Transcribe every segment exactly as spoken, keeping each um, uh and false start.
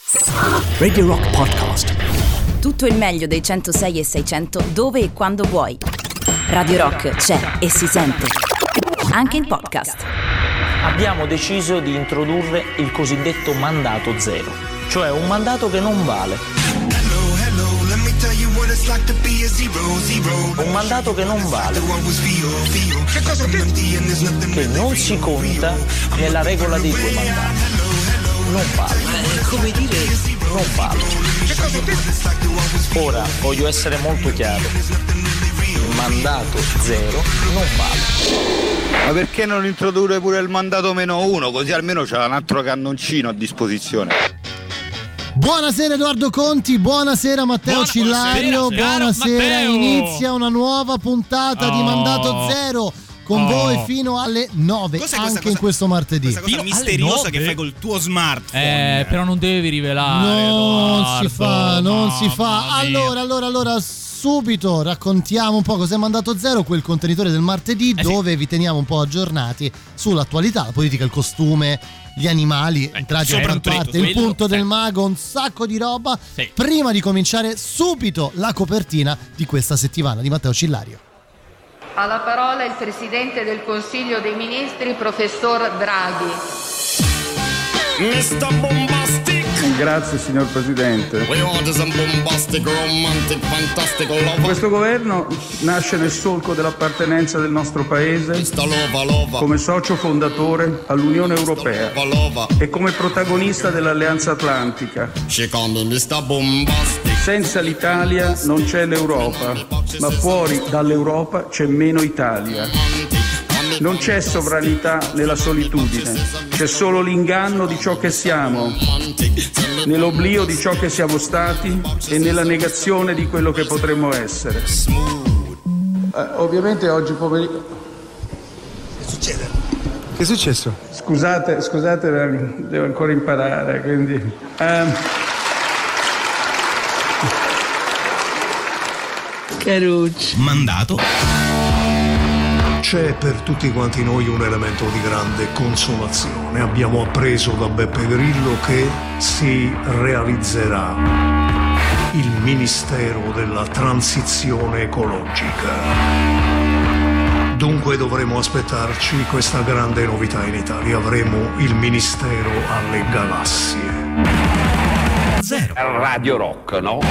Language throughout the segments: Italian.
Radio Rock Podcast. Tutto il meglio dei centosei e seicento dove e quando vuoi. Radio Rock c'è e si sente anche in podcast. Abbiamo deciso di introdurre il cosiddetto mandato zero, cioè un mandato che non vale. Un mandato che non vale, che non si conta nella regola dei due mandati. Non vale. È come dire, non vale. Ora voglio essere molto chiaro. Il mandato zero non vale. Ma perché non introdurre pure il mandato meno uno? Così almeno c'è un altro cannoncino a disposizione. Buonasera Edoardo Conti, buonasera Matteo Buona, Cillario, buonasera, buonasera, Matteo. Inizia una nuova puntata Oh. di Mandato Zero con Oh. voi fino alle nove, Cos'è anche questa in cosa- questo martedì. Questa cosa Fino alle misteriosa nove? che fai col tuo smartphone. Eh, però non devi rivelare. Non Edoardo, si fa, non si fa. mamma mia. Allora, allora, allora, subito raccontiamo un po' cos'è Mandato Zero, quel contenitore del martedì Eh sì. dove vi teniamo un po' aggiornati sull'attualità, la politica, il costume, gli animali, entrati a far soprattutto parte, il quello, punto sì. del mago, un sacco di roba. Sì. Prima di cominciare subito la copertina di questa settimana di Matteo Cillario. Ha la parola il Presidente del Consiglio dei Ministri, professor Draghi. mister Bombastic. Grazie signor Presidente. We want some bombastic, romantic, fantastic love. Questo governo nasce nel solco dell'appartenenza del nostro Paese mister Lova Lova. come socio fondatore all'Unione Europea Lova Lova. e come protagonista dell'Alleanza Atlantica. She call me mister Bombastic. Senza l'Italia non c'è l'Europa, ma fuori dall'Europa c'è meno Italia. Non c'è sovranità nella solitudine, c'è solo l'inganno di ciò che siamo, nell'oblio di ciò che siamo stati e nella negazione di quello che potremmo essere. Eh, ovviamente oggi pomeriggio... Che succede? Che è successo? Scusate, scusate, devo ancora imparare, quindi... ehm, Mandato. C'è per tutti quanti noi un elemento di grande consolazione. Abbiamo appreso da Beppe Grillo che si realizzerà il Ministero della Transizione Ecologica. Dunque dovremo aspettarci questa grande novità in Italia. Avremo il Ministero alle galassie. Zero. Radio Rock, no?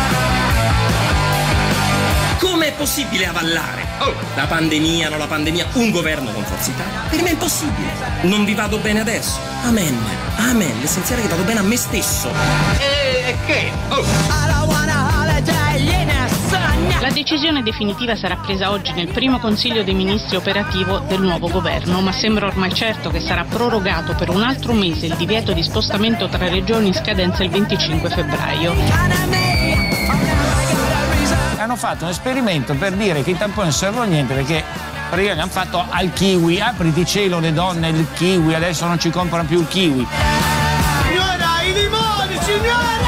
Come è possibile avallare? Oh, la pandemia, non la pandemia, un governo con Forza Italia? Per me è impossibile. Non vi vado bene adesso. Amen. Amen. L'essenziale è che vado bene a me stesso. E che? Oh. La decisione definitiva sarà presa oggi nel primo Consiglio dei Ministri operativo del nuovo governo, ma sembra ormai certo che sarà prorogato per un altro mese il divieto di spostamento tra regioni in scadenza il venticinque febbraio. Hanno fatto un esperimento per dire che i tamponi non servono a niente perché praticamente hanno fatto al kiwi, apriti cielo le donne, il kiwi, adesso non ci comprano più il kiwi. Signora, i limoni, signora!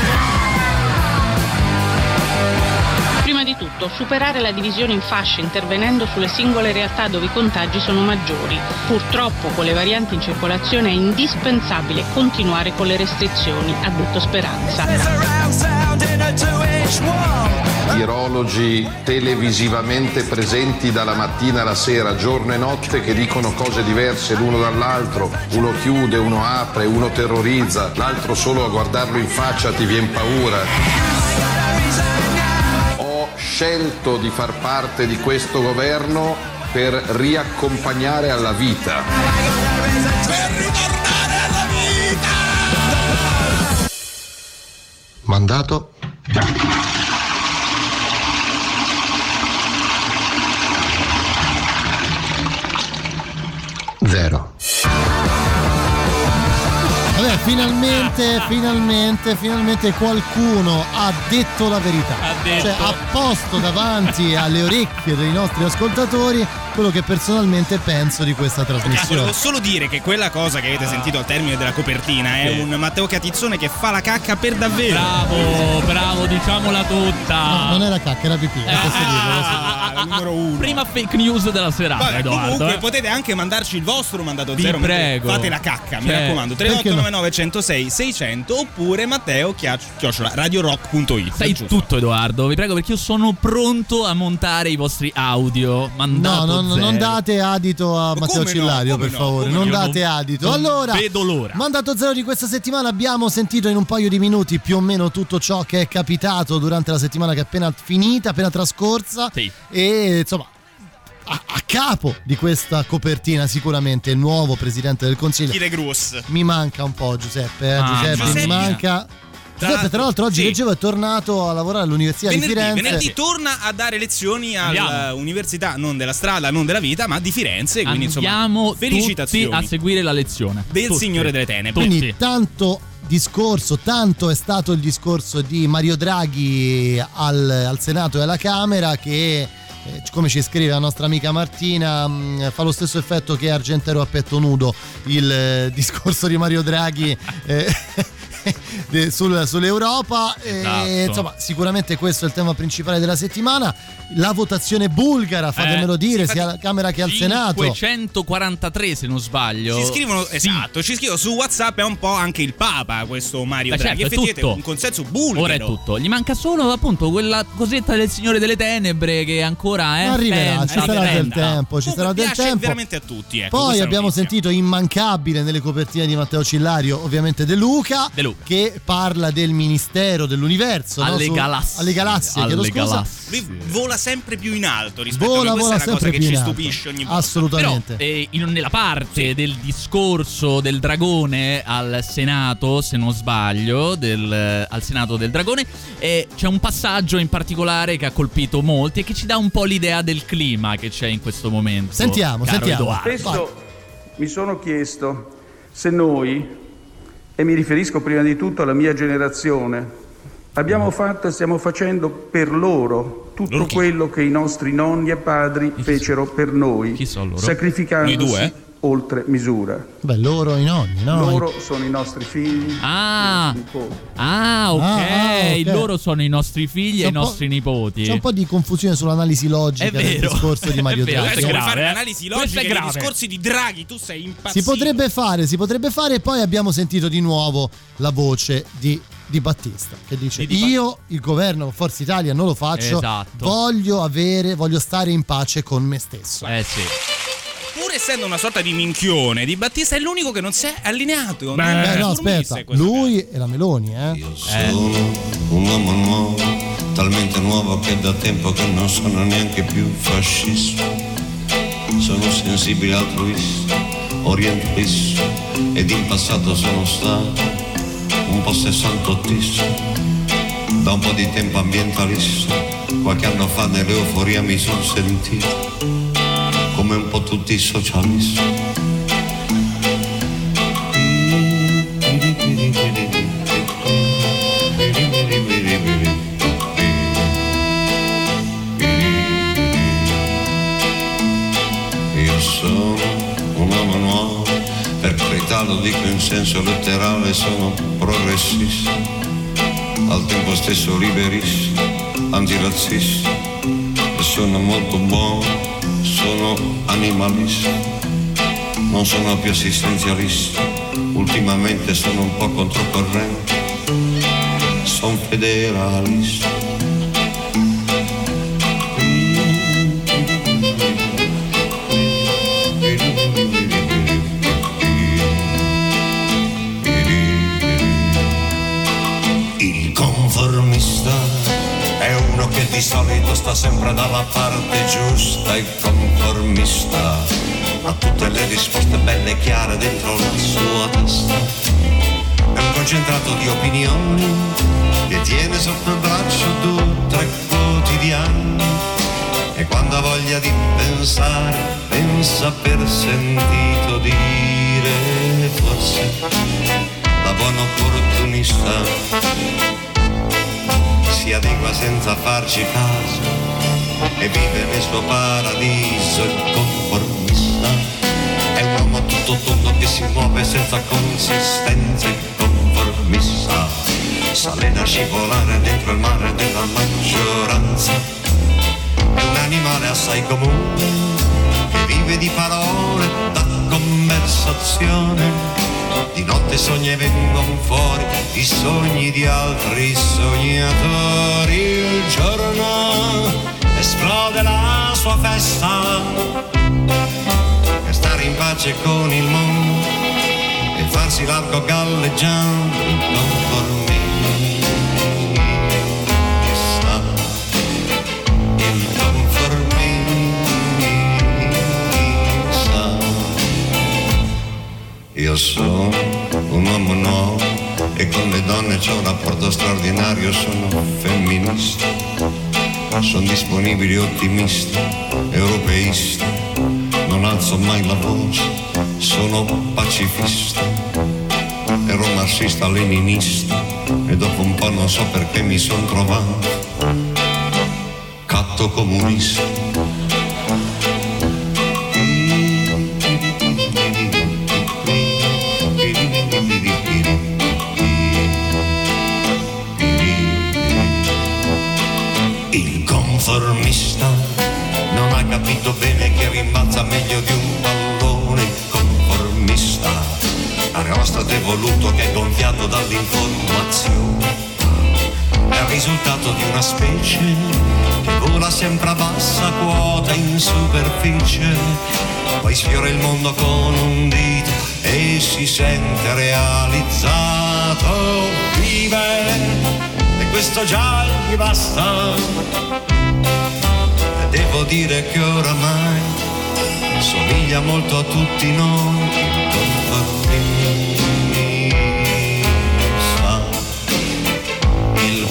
Prima di tutto, superare la divisione in fasce intervenendo sulle singole realtà dove i contagi sono maggiori. Purtroppo, con le varianti in circolazione è indispensabile continuare con le restrizioni, ha detto Speranza. Virologi televisivamente presenti dalla mattina alla sera, giorno e notte, che dicono cose diverse l'uno dall'altro. Uno chiude, uno apre, uno terrorizza, l'altro solo a guardarlo in faccia ti viene paura. Ho scelto di far parte di questo governo per riaccompagnare alla vita. Per ritornare alla vita. Mandato. Zero. Vabbè, finalmente, finalmente, finalmente qualcuno ha detto la verità. Ha detto. Cioè ha posto davanti alle orecchie dei nostri ascoltatori quello che personalmente penso di questa Ok, trasmissione. volevo solo dire che quella cosa che avete sentito al termine della copertina è Sì. un Matteo Catizzone che fa la cacca per davvero. Bravo, bravo, diciamola tutta. No, non era cacca, era pipì, Eh, posso ah, dirlo. ah, posso ah, dirlo. ah, ah, numero uno. Prima fake news della serata, Vabbè, Edoardo. comunque eh. potete anche mandarci il vostro mandato Vi zero mentre prego. fate la cacca, mi Cioè, raccomando. tre perché otto no? nove nove centosei seicento oppure Matteo chiocciola radiorock punto it. Sai tutto, Edoardo, vi prego, perché io sono pronto a montare i vostri audio. Mandato no, no, non date adito a Matteo come Cillario, no, per no, favore, non date non, adito. Non allora, vedo l'ora. Mandato zero di questa settimana abbiamo sentito in un paio di minuti più o meno tutto ciò che è capitato durante la settimana che è appena finita, appena trascorsa. Sì. E insomma, a, a capo di questa copertina sicuramente il nuovo presidente del Consiglio. Chile Grus. Mi manca un po' Giuseppe, eh? Ah, Giuseppe, Giuseppe. mi manca. Tra Giuseppe, tra l'altro oggi sì. leggevo è tornato a lavorare all'Università Venerdì, di Firenze. venerdì torna a dare lezioni Andiamo. all'università, non della strada, non della vita, ma di Firenze. Quindi Andiamo insomma, felicitazioni tutti a seguire la lezione del tutti. Signore delle Tenebre. Quindi Tutti. tanto discorso, tanto è stato il discorso di Mario Draghi al, al Senato e alla Camera che, eh, come ci scrive la nostra amica Martina, mh, fa lo stesso effetto che Argentero a petto nudo, il eh, discorso di Mario Draghi eh, de, sul, sull'Europa. Esatto. E, insomma, sicuramente questo è il tema principale della settimana. La votazione bulgara, fatemelo Eh, dire, sì, sia alla Camera che al Senato. cinquecentoquarantatré se non sbaglio. Ci scrivono, Sì. esatto, ci scrivono su WhatsApp, è un po' anche il Papa questo Mario Eh, Draghi. certo, è Effettivamente tutto. un consenso bulgaro. Ora è tutto. Gli manca solo appunto quella cosetta del Signore delle Tenebre che ancora è. Arriverà, penta, ci sarà del penta. tempo, ci Comunque sarà del piace tempo. veramente a tutti. Ecco, Poi questa abbiamo notizia. sentito immancabile nelle copertine di Matteo Cillario, ovviamente De Luca, De Luca. che parla del Ministero dell'Universo, no? Alle Su- galassie. alle galassie, Alle chiedo scusa. galassie. Lui vola sempre più in alto rispetto Vola, a noi. vola Questa è una cosa sempre che più ci in alto. stupisce ogni volta. Assolutamente. Però eh, in- nella parte del discorso del dragone al Senato, se non sbaglio, del, eh, al Senato del dragone, eh, c'è un passaggio in particolare che ha colpito molti e che ci dà un po' l'idea del clima che c'è in questo momento. Sentiamo, caro sentiamo. Edoardo. Spesso mi sono chiesto se noi, e mi riferisco prima di tutto alla mia generazione, abbiamo fatto e stiamo facendo per loro tutto Loro chi? quello che i nostri nonni e padri fecero per noi, Chi sono loro? sacrificandosi Noi due? oltre misura. Beh, loro i nonni, no? Loro sono i nostri figli, Ah, i nostri nipoti. ah, ok. Ah, ah, ok. Loro sono i nostri figli C'è e i un po'- nostri nipoti. C'è un po' di confusione sull'analisi logica È del vero. discorso di Mario È vero, Draghi. Adesso è vuoi grave, fare eh. l'analisi Questo logica è dei grave. discorsi di Draghi, tu sei impazzito. Si potrebbe fare, si potrebbe fare e poi abbiamo sentito di nuovo la voce di Di Battista che dice: Di Di io il governo con Forza Italia non lo faccio, Esatto. voglio avere, voglio stare in pace con me stesso. Eh sì. Pur essendo una sorta di minchione, Di Battista è l'unico che non si è allineato. Beh, nelle no, promesse aspetta, in questo lui e la Meloni, eh? Io sono un uomo nuovo, talmente nuovo che da tempo che non sono neanche più fascista. Sono sensibile altruista, orientalista ed in passato sono stato un po' sessantottista, da un po' di tempo ambientalista. Qualche anno fa nell'euforia mi sono sentito come un po' tutti i socialisti. Io sono un uomo nuovo, per carità lo dico in senso letterale, sono progressista, al tempo stesso liberista, antirazzista, e sono molto buono, sono animalista, non sono più assistenzialista, ultimamente sono un po' controcorrente, sono federalista. Il conformista è uno che di solito sta sempre dalla parte giusta. Il conformista ha tutte le risposte belle e chiare dentro la sua testa. È un concentrato di opinioni che tiene sotto il braccio due o tre quotidiani. E quando ha voglia di pensare, pensa per sentito dire forse la buona opportunista si adegua senza farci caso e vive nel suo paradiso. Il conformista è un uomo tutto tondo che si muove senza consistenza. Il conformista sa allena a scivolare dentro il mare della maggioranza. È un animale assai comune che vive di parole, da conversazione. Di notte sogni e vengono fuori i sogni di altri sognatori. Il giorno esplode la sua festa per stare in pace con il mondo e farsi largo galleggiando il conformista. Il conformista. Io sono un uomo nuovo e con le donne c'ho un rapporto straordinario, sono femminista, sono disponibile, ottimista, europeista, non alzo mai la voce, sono pacifista, ero marxista, leninista e dopo un po' non so perché mi son trovato catto comunista. Il conformista non ha capito bene che rimbalza meglio di un pallone. Il conformista ha rimasto evoluto che è gonfiato dall'informazione. È il risultato di una specie che vola sempre a bassa quota in superficie, poi sfiora il mondo con un dito e si sente realizzato. Vive e questo già gli basta. E devo dire che oramai somiglia molto a tutti noi. Il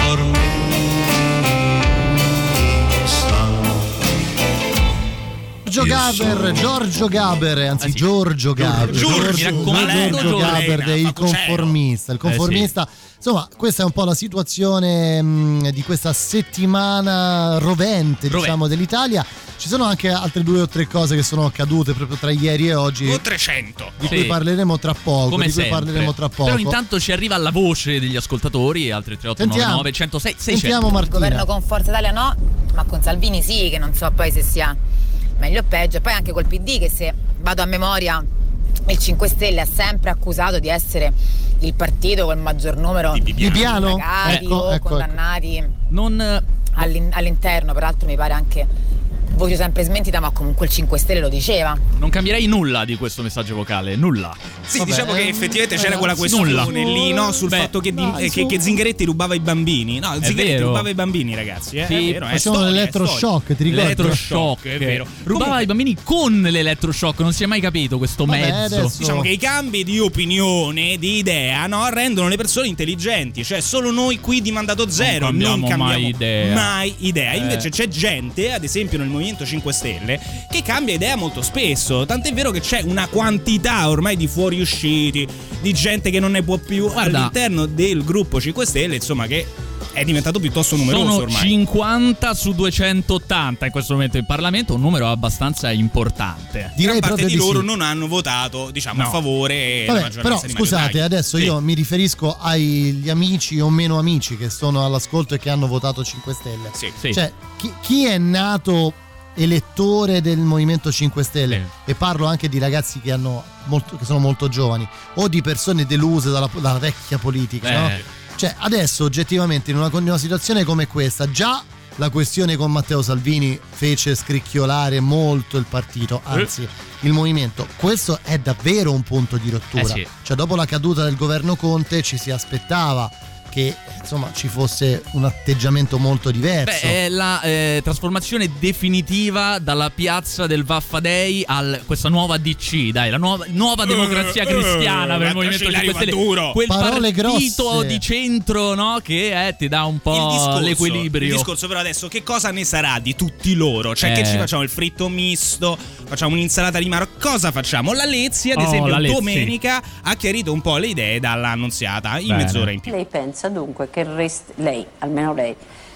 Giorgio Gaber, Giorgio Gaber, anzi, anzi Giorgio Gaber, Giorgio, Giorgio, Giorgio Gaber dei conformista, il conformista. Eh sì. Insomma, questa è un po' la situazione mh, di questa settimana rovente, Rovente. diciamo, dell'Italia. Ci sono anche altre due o tre cose che sono accadute proprio tra ieri e oggi. O trecento. Di sì. cui parleremo tra poco. Come di cui sempre. parleremo tra poco. Però intanto ci arriva la voce degli ascoltatori, altre tre otto nove nove uno zero sei seicento. Sentiamo Martina. Governo con Forza Italia no, ma con Salvini sì, che non so poi se sia meglio o peggio. E poi anche col P D, che se vado a memoria il cinque Stelle ha sempre accusato di essere il partito col maggior numero di Bibbiano, di indagati ecco, o ecco, condannati ecco. Non... all'in- all'interno. Peraltro mi pare anche voce sempre smentita, ma comunque il cinque Stelle lo diceva. Non cambierei nulla di questo messaggio vocale, nulla. Sì, Vabbè, diciamo che effettivamente c'era quella nulla. questione lì, no? Sul Beh, fatto che, di, dai, che, che Zingaretti rubava i bambini. No, Zingaretti vero. rubava i bambini, ragazzi. Eh? Sì, è vero, è facciamo storia, l'elettroshock, è ti ricordi? L'elettroshock, è vero. Rubava Comunque, i bambini con l'elettroshock, non si è mai capito questo Vabbè, mezzo. adesso- diciamo che i cambi di opinione, di idea, no, rendono le persone intelligenti. Cioè, solo noi qui di mandato zero non cambiamo cambiamo, mai idea. mai idea. Eh. Invece c'è gente, ad esempio nel Movimento cinque Stelle, che cambia idea molto spesso. Tant'è vero che c'è una quantità ormai di fuoriusciti, di gente che non ne può più. Guarda, all'interno del gruppo cinque Stelle, insomma, che è diventato piuttosto numeroso sono ormai. cinquanta su duecentottanta in questo momento in Parlamento, un numero abbastanza importante. Direi Gran parte proprio di di loro sì. non hanno votato, diciamo, No. a favore. e la Vabbè, maggioranza però di Mario scusate, Draghi. adesso Sì. io mi riferisco agli amici o meno amici che sono all'ascolto e che hanno votato cinque Stelle. Sì. Sì. Cioè, chi, chi è nato elettore del Movimento cinque Stelle, Sì. e parlo anche di ragazzi che, hanno molto, che sono molto giovani, o di persone deluse dalla, dalla vecchia politica, Eh. no? Cioè, adesso oggettivamente in una, in una situazione come questa, già la questione con Matteo Salvini fece scricchiolare molto il partito, anzi il movimento. Questo è davvero un punto di rottura. Eh sì. Cioè, dopo la caduta del governo Conte ci si aspettava che insomma ci fosse un atteggiamento molto diverso. Beh, è la eh, trasformazione definitiva dalla piazza del Vaffa Day a questa nuova D C, dai, la nuova, nuova democrazia cristiana per il Movimento cinque Stelle. Quel Parole partito grosse. di centro, no, che eh, ti dà un Il po' discorso, l'equilibrio. il discorso però adesso che cosa ne sarà di tutti loro? Cioè Eh. che ci facciamo il fritto misto, facciamo un'insalata di maro, cosa facciamo? La Lezzi ad Oh, esempio la Lezzi. domenica ha chiarito un po' le idee dall'annunziata in Bene. mezz'ora in più. Lei pensa dunque che resti, lei, almeno lei,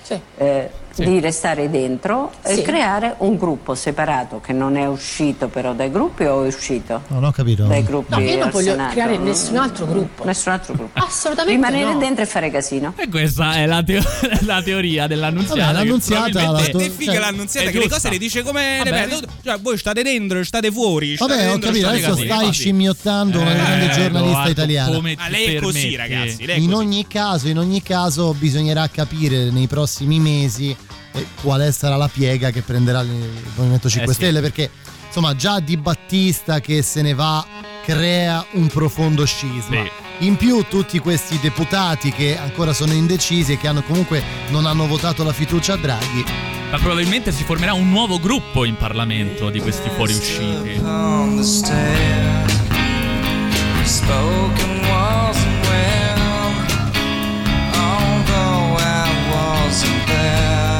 sì. eh, Sì. di restare dentro Sì. e creare un gruppo separato che non è uscito però dai gruppi o è uscito? Non ho capito. Dai gruppi No, io non al voglio Senato? creare nessun altro gruppo. Nessun altro gruppo. Assolutamente Rimanere no. dentro e fare casino. E questa è la, teo- la teoria dell'annunziata. Vabbè, che l'annunziata probabilmente- la to- È figa cioè, l'annunziata è che le giusta. cose le dice come Vabbè, ripeto, cioè voi state dentro, state fuori. State Vabbè, ho dentro, capito, state adesso casini. stai scimmiottando una Eh, grande giornalista Edoardo, italiana. come Ma ti lei è così, permetti? ragazzi. Lei è In così. ogni caso, in ogni caso bisognerà capire nei prossimi mesi eh, quale sarà la piega che prenderà il Movimento cinque Eh sì. Stelle, perché insomma già Di Battista che se ne va crea un profondo scisma. Sì. In più tutti questi deputati che ancora sono indecisi e che hanno comunque non hanno votato la fiducia a Draghi. Ma probabilmente si formerà un nuovo gruppo in Parlamento di questi fuoriusciti. On the stairs, spoken wasn't well, although I wasn't there.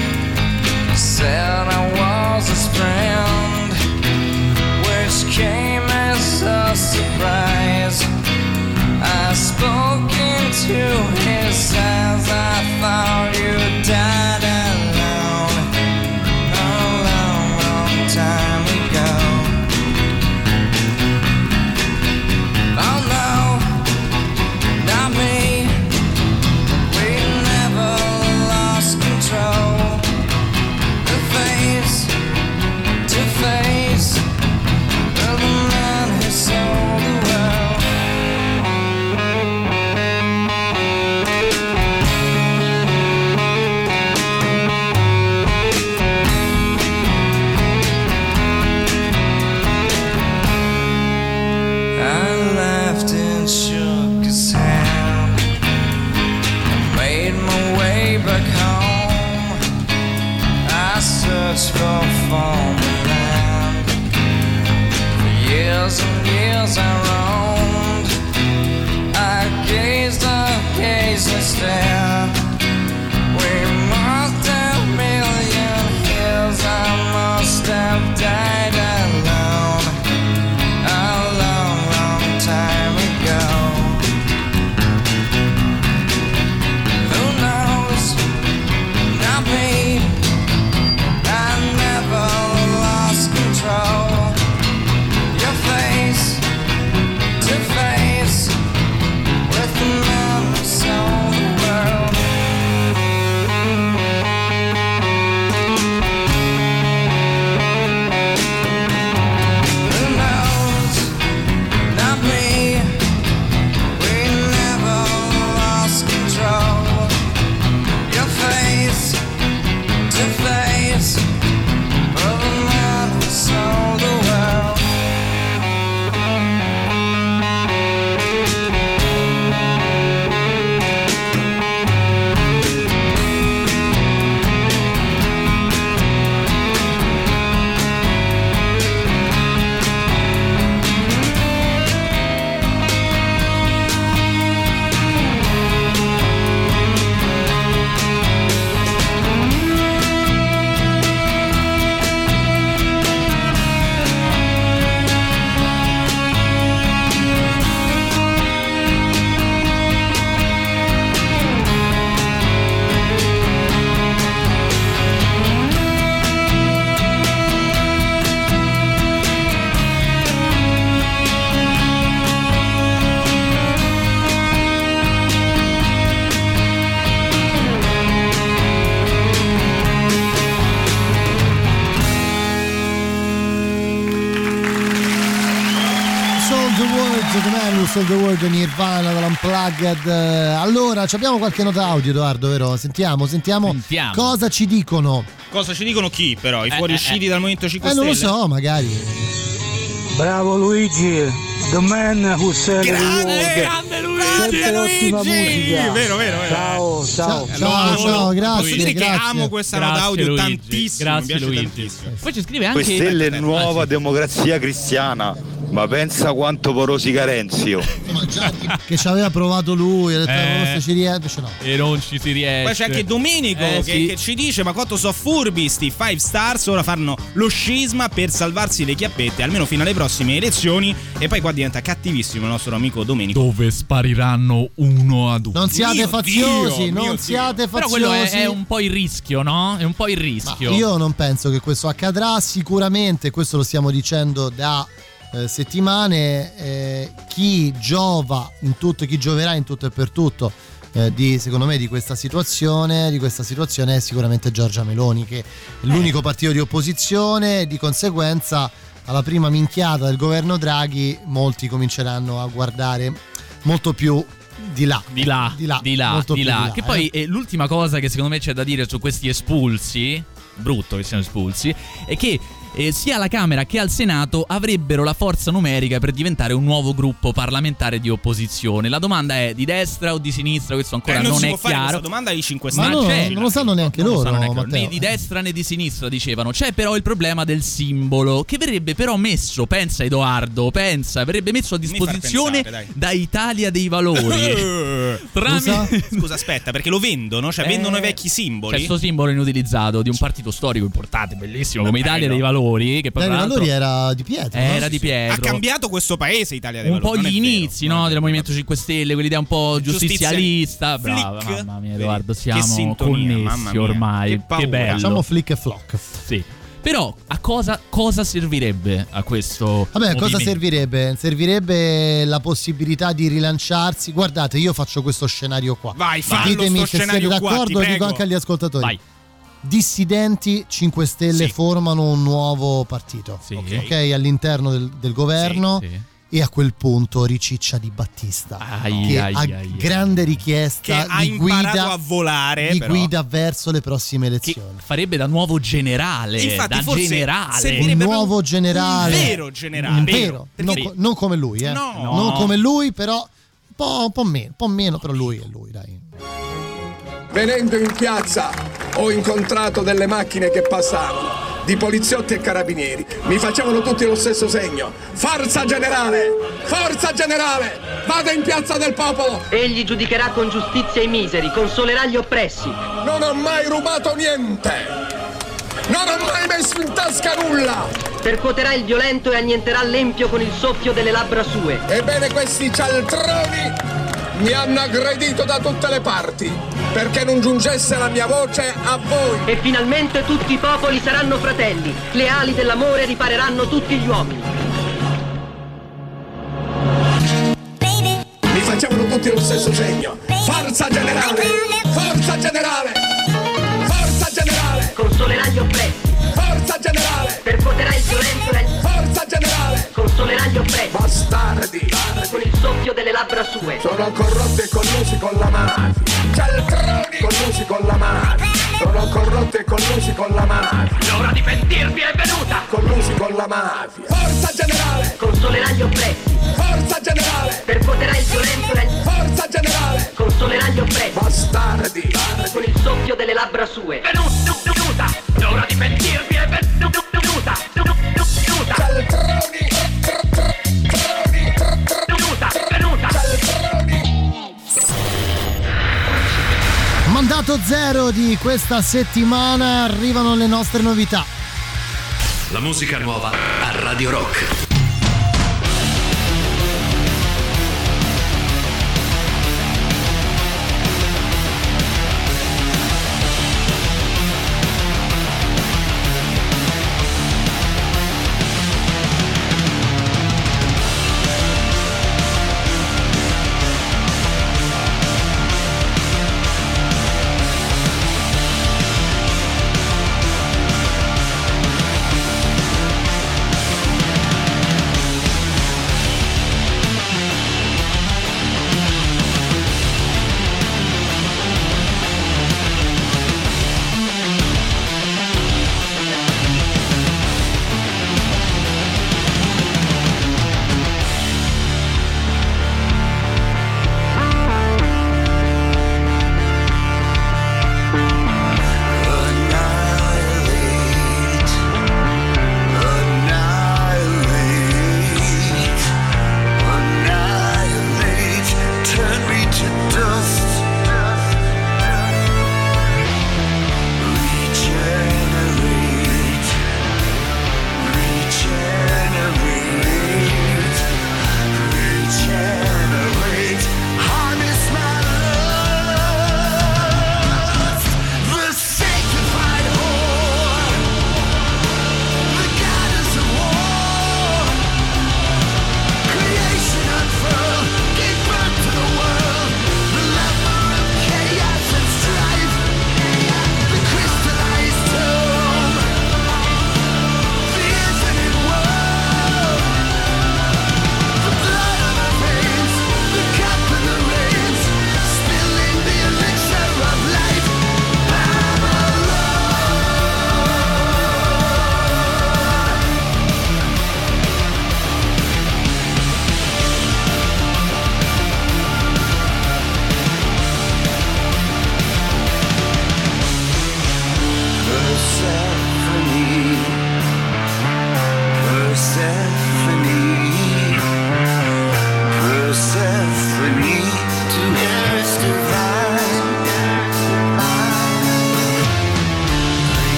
Said I was his friend, which came as a surprise. I spoke into his eyes, I thought you died alone, a long, long time ago. Oh no, not me, we never lost control. The face to face of the man who sold the world. I laughed and shook his hand. I made my way back home. I searched for foreign land. For years and years I roamed. I gazed, I gazed and stared. We must have a million years. I must have died alone a long, long time ago. Who knows? Not me. I never lost control. Your face to face with the man who sold the world. Who knows? Not me. We never lost control. Your face to face of the man who sold the world. Sold the World, The Man Who Sold the World, Nirvana dall'Unplugged. Allora, ci abbiamo qualche nota audio, Edoardo, vero? Sentiamo, sentiamo, Sentiamo. cosa ci dicono. Cosa ci dicono chi però? I fuoriusciti eh. dal Movimento cinque Eh, non Stelle? lo so, magari. Bravo Luigi, the man who sells the world. Grande Luigi, Sempre ottima musica. Vero, vero, vero. Ciao, ciao. Ciao, ciao, ciao, grazie. Devo dire grazie. che amo questa Grazie, nota audio Luigi. tantissimo. Grazie, mi piace Luigi. tantissimo. Poi ci scrive anche Questa è la Ah, nuova democrazia cristiana. Ma pensa quanto porosi Carenzio. Che ci aveva provato lui, ha detto Eh. forse ci riesce, no. E non ci si riesce. Poi c'è anche Domenico Eh, che, sì. che ci dice: ma quanto so furbi sti five stars, ora fanno lo scisma per salvarsi le chiappette almeno fino alle prossime elezioni. E poi qua diventa cattivissimo il nostro amico Domenico. Dove spariranno uno ad uno. Non siate Mio faziosi, Dio, non non siate Però faziosi. quello è, è un po' il rischio, no? È un po' il rischio. Ma io non penso che questo accadrà. Sicuramente, questo lo stiamo dicendo da eh, settimane, eh, chi giova in tutto, chi gioverà in tutto e per tutto eh, di, secondo me, di questa situazione di questa situazione è sicuramente Giorgia Meloni, che è l'unico partito di opposizione, e di conseguenza alla prima minchiata del governo Draghi molti cominceranno a guardare molto più di là, di là, di là, di là, molto di più là. di là, Che eh. poi è l'ultima cosa che secondo me c'è da dire su questi espulsi, brutto che siano espulsi, è che eh, sia alla Camera che al Senato avrebbero la forza numerica per diventare un nuovo gruppo parlamentare di opposizione. La domanda è di destra o di sinistra, questo ancora eh, non, non si è può fare chiaro. questa domanda ai cinque Ma Stelle. no, c'è- non lo sanno neanche Non lo loro, sanno neanche loro, Matteo. né di destra né di sinistra dicevano. C'è però il problema del simbolo, che verrebbe però messo, pensa Edoardo, pensa, verrebbe messo a disposizione pensare, dai. da Italia dei Valori. Tramite- Scusa, aspetta, perché lo vendono, cioè Eh, vendono i vecchi simboli. C'è questo simbolo inutilizzato di un partito storico importante, bellissimo, come Italia dei Valori, che poi Dai, tra i l'altro valori era di Pietro, era no? di Pietro. Ha cambiato questo paese Italia dei un Valori. po' non gli è vero. inizi, no, del Movimento cinque Stelle, quell'idea un po' giustizialista. Flick. Brava, mamma mia, Edoardo, Che siamo sintonia, mamma connessi mia. ormai. Che Che, paura. bello. Facciamo flick e flock. Sì. Però a cosa, cosa servirebbe a questo Vabbè, cosa movimento? servirebbe? Servirebbe la possibilità di rilanciarsi. Guardate, io faccio questo scenario qua. Vai, fallo Ditemi sto se siete scenario qua, ti d'accordo, lo dico prego. anche agli ascoltatori. Vai. Dissidenti cinque Stelle Sì. formano un nuovo partito, Sì. ok, all'interno del, del governo. Sì, sì. E a quel punto Riciccia Di Battista, Ai, che ai, ha ai, ai. grande richiesta Che ha di imparato guida, a volare, di però. guida verso le prossime elezioni. Farebbe da nuovo generale. Infatti, da forse generale. Un servirebbe nuovo un generale, vero generale. un Vero. vero, non, Perché- co- non come lui, eh. No. non come lui, però un po', un po' meno, un po' meno, però lui è lui, dai. Venendo in piazza ho incontrato delle macchine che passavano, di poliziotti e carabinieri. Mi facevano tutti lo stesso segno. Forza generale! Forza generale! Vada in piazza del popolo! Egli giudicherà con giustizia i miseri, consolerà gli oppressi. Non ho mai rubato niente! Non ho mai messo in tasca nulla! Percuoterà il violento e annienterà l'empio con il soffio delle labbra sue. Ebbene, questi cialtroni mi hanno aggredito da tutte le parti perché non giungesse la mia voce a voi. E finalmente tutti i popoli saranno fratelli. Le ali dell'amore ripareranno tutti gli uomini. Mi facevano tutti lo stesso segno. Forza generale! Forza generale! Forza generale! Consolerà gli oppressi. Forza generale! Percuoterà il violento e Forza generale! consolerà gli oppressi. Bastardi! Con il soffio delle labbra sue. Sono corrotti e collusi con la mafia. Cialtroni! Collusi con la mafia. Sono corrotti e collusi con la mafia. L'ora di pentirvi è venuta. Collusi con la mafia. Forza generale! Consolerà gli oppressi. Forza generale! Percuoterà il violento e Forza generale! consolerà gli oppressi. Bastardi! Con il soffio delle labbra sue. Venuta. L'ora di pentirvi è venuta. Venuta. Cialtroni! Venuta. Venuta. Mandato zero di questa settimana, arrivano le nostre novità. La musica nuova a Radio Rock.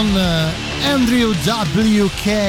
con Andrew W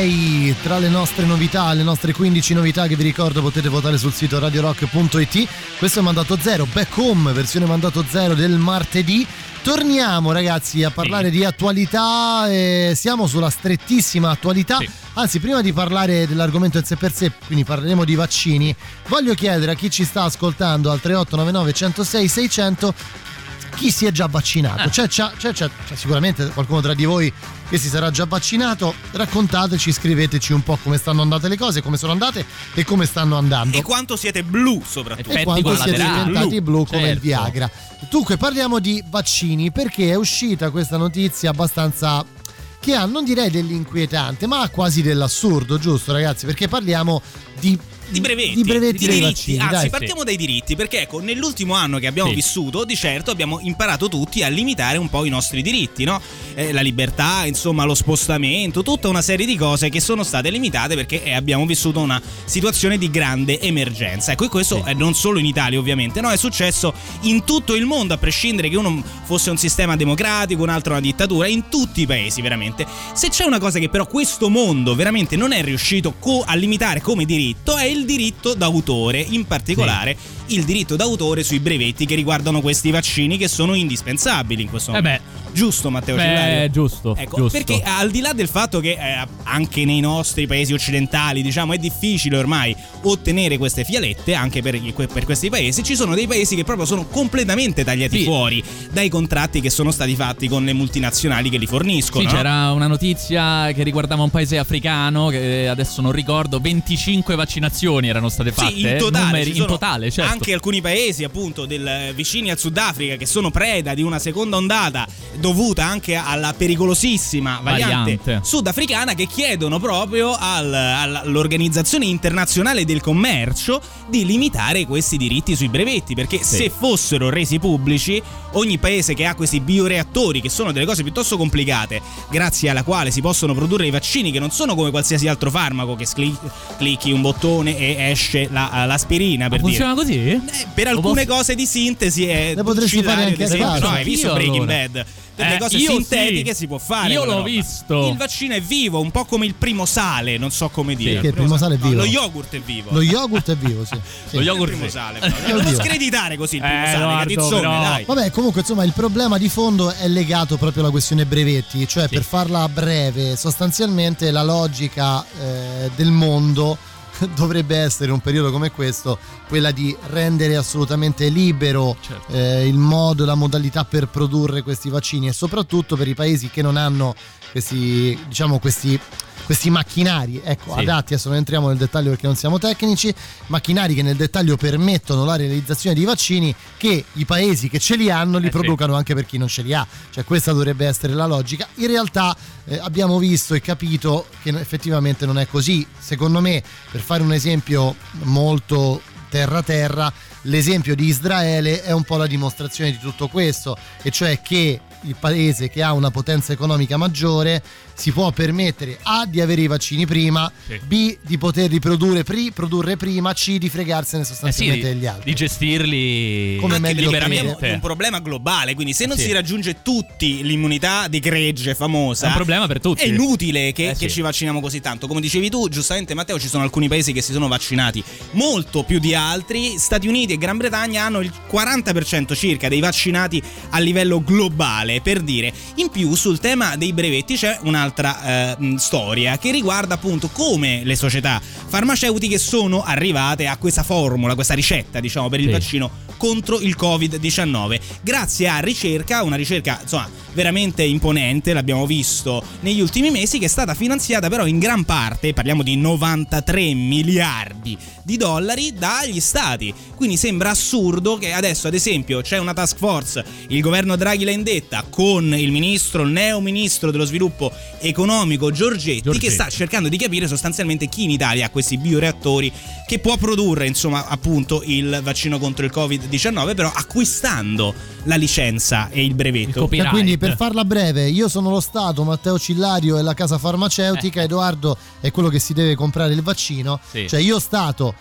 K tra le nostre novità, le nostre quindici novità che vi ricordo potete votare sul sito radio rock punto it. Questo è Mandato Zero, Back Home, versione Mandato Zero del martedì. Torniamo ragazzi a parlare sì. di attualità, eh, siamo sulla strettissima attualità, sì. anzi prima di parlare dell'argomento in sé per sé, quindi parleremo di vaccini, voglio chiedere a chi ci sta ascoltando al tre otto nove nove uno zero sei sei zero zero chi si è già vaccinato. C'è, c'è, c'è, c'è, c'è sicuramente qualcuno tra di voi che si sarà già vaccinato. Raccontateci, scriveteci un po' come stanno andate le cose, come sono andate e come stanno andando. E quanto siete blu soprattutto. E quanto siete diventati blu, blu come certo. il Viagra. Dunque parliamo di vaccini perché è uscita questa notizia abbastanza che ha, non direi dell'inquietante, ma quasi dell'assurdo, giusto ragazzi? Perché parliamo di Di brevetti, di brevetti di dei diritti. vaccini, Anzi, dai, partiamo sì. dai diritti, perché ecco, nell'ultimo anno che abbiamo sì. vissuto, di certo abbiamo imparato tutti a limitare un po' i nostri diritti, no? Eh, la libertà, insomma, lo spostamento, tutta una serie di cose che sono state limitate perché eh, abbiamo vissuto una situazione di grande emergenza. Ecco, e questo sì. eh, non solo in Italia, ovviamente, no? È successo in tutto il mondo, a prescindere che uno fosse un sistema democratico, un altro una dittatura, in tutti i paesi, veramente. Se c'è una cosa che però questo mondo veramente non è riuscito co- a limitare come diritto, è il diritto d'autore. In particolare sì. il diritto d'autore sui brevetti che riguardano questi vaccini che sono indispensabili in questo momento. Eh beh. Giusto Matteo Beh, Cillario? giusto, ecco, giusto. perché al di là del fatto che eh, anche nei nostri paesi occidentali, diciamo, è difficile ormai ottenere queste fialette, anche per, per questi paesi, ci sono dei paesi che proprio sono completamente tagliati sì. fuori dai contratti che sono stati fatti con le multinazionali che li forniscono. Sì, no? c'era una notizia che riguardava un paese africano che adesso non ricordo, venticinque vaccinazioni erano state fatte. Sì, in totale, numeri, ci sono in totale certo. anche alcuni paesi appunto del, vicini al Sudafrica che sono preda di una seconda ondata dovuta anche alla pericolosissima variante, variante. sudafricana, che chiedono proprio al, all'Organizzazione Internazionale del Commercio di limitare questi diritti sui brevetti, perché sì. se fossero resi pubblici, ogni paese che ha questi bioreattori, che sono delle cose piuttosto complicate, grazie alla quale si possono produrre i vaccini, che non sono come qualsiasi altro farmaco che scli- clicchi un bottone e esce la, l'aspirina, per Ma dire. Funziona così? Eh, per alcune posso... cose di sintesi è le potresti fare anche a casa. No, hai visto io Breaking allora. Bad? Delle Eh, cose io sintetiche sì. si può fare. Io l'ho roba. visto. Il vaccino è vivo, un po' come il primo sale, non so come dire. Perché il primo sale è vivo? No, lo yogurt è vivo. Lo yogurt è vivo, sì. sì. Lo yogurt il primo sì. sale. Però. Non screditare così il primo Eh, sale, Edoardo, catizzone, però. dai. Vabbè, comunque insomma il problema di fondo è legato proprio alla questione brevetti, cioè sì. per farla a breve, sostanzialmente la logica eh, del mondo dovrebbe essere in un periodo come questo quella di rendere assolutamente libero certo. eh, il modo e la modalità per produrre questi vaccini, e soprattutto per i paesi che non hanno questi, diciamo, questi questi macchinari, ecco, sì. adatti, adesso non entriamo nel dettaglio perché non siamo tecnici, macchinari che nel dettaglio permettono la realizzazione di vaccini, che i paesi che ce li hanno li eh producano sì. anche per chi non ce li ha, cioè questa dovrebbe essere la logica. In realtà eh, abbiamo visto e capito che effettivamente non è così. Secondo me, per fare un esempio molto terra terra, l'esempio di Israele è un po' la dimostrazione di tutto questo, e cioè che il paese che ha una potenza economica maggiore si può permettere A di avere i vaccini prima, sì. B di poterli produrre, pri, produrre prima, C di fregarsene sostanzialmente eh sì, degli altri, di gestirli come meglio parliamo di un problema globale, quindi se non sì. si raggiunge tutti l'immunità di gregge famosa, è un problema per tutti, è inutile che, eh che sì. ci vacciniamo così tanto. Come dicevi tu giustamente Matteo, ci sono alcuni paesi che si sono vaccinati molto più di altri. Stati Uniti e Gran Bretagna hanno il quaranta per cento circa dei vaccinati a livello globale, per dire. In più sul tema dei brevetti c'è un'altra eh, storia che riguarda appunto come le società farmaceutiche sono arrivate a questa formula, questa ricetta, diciamo, per il sì. vaccino contro il covid diciannove, grazie a ricerca, una ricerca insomma veramente imponente, l'abbiamo visto negli ultimi mesi, che è stata finanziata però in gran parte, parliamo di novantatré miliardi di dollari, dagli stati. Quindi sembra assurdo che adesso, ad esempio, c'è una task force, il governo Draghi l'ha indetta, con il ministro, il neo ministro dello sviluppo economico Giorgetti, Giorgetti, che sta cercando di capire sostanzialmente chi in Italia ha questi bioreattori che può produrre, insomma, appunto il vaccino contro il covid diciannove, però acquistando la licenza e il brevetto. E quindi, per farla breve, io sono lo Stato, Matteo Cillario è la casa farmaceutica, eh. Edoardo è quello che si deve comprare il vaccino, sì. cioè io Stato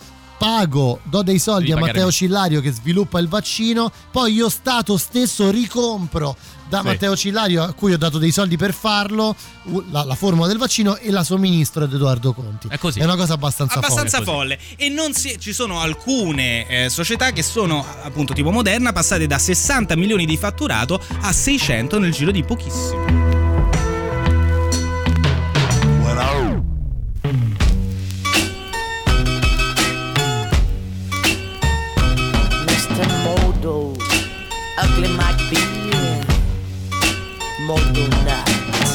pago, do dei soldi Devi a pagare Matteo me. Cillario che sviluppa il vaccino, poi io Stato stesso ricompro da Sì. Matteo Cillario, a cui ho dato dei soldi per farlo, la, la formula del vaccino, e la somministro ad Edoardo Conti. È così. È una cosa abbastanza, abbastanza folle. folle. E non si, ci sono alcune eh, società che sono appunto tipo Moderna passate da sessanta milioni di fatturato a seicento nel giro di pochissimo. mister Modo, ugly Mike Beer, Modo Night.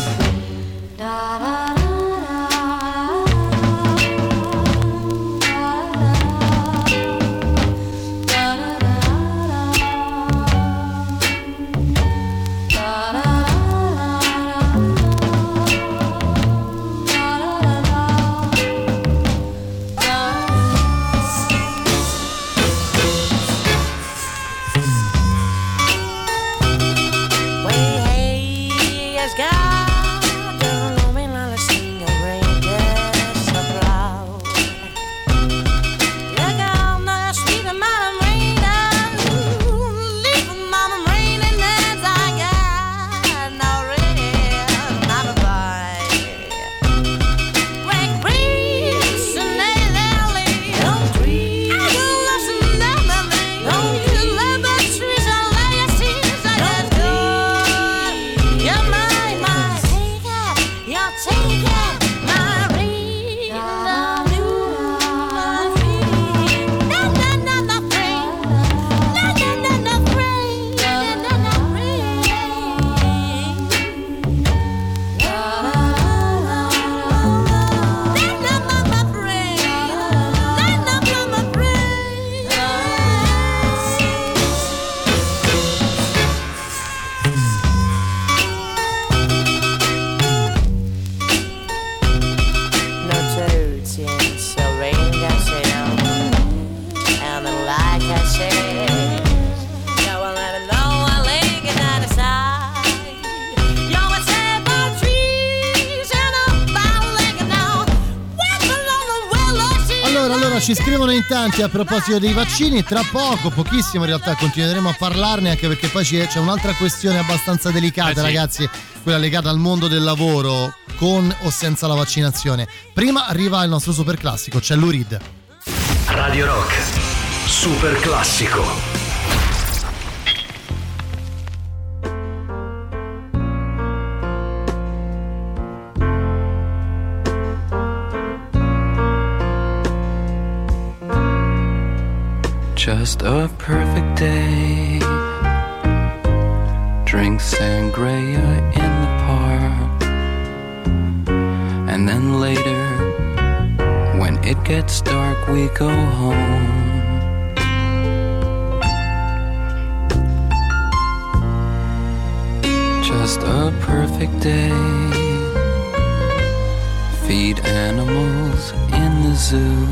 Ci scrivono in tanti a proposito dei vaccini. Tra poco, pochissimo in realtà, continueremo a parlarne, anche perché poi c'è un'altra questione abbastanza delicata, eh sì. ragazzi, quella legata al mondo del lavoro, con o senza la vaccinazione. Prima arriva il nostro super classico, c'è Lou Reed. Radio Rock super classico. Just a perfect day. Drink sangria in the park. And then later, when it gets dark, we go home. Just a perfect day. Feed animals in the zoo.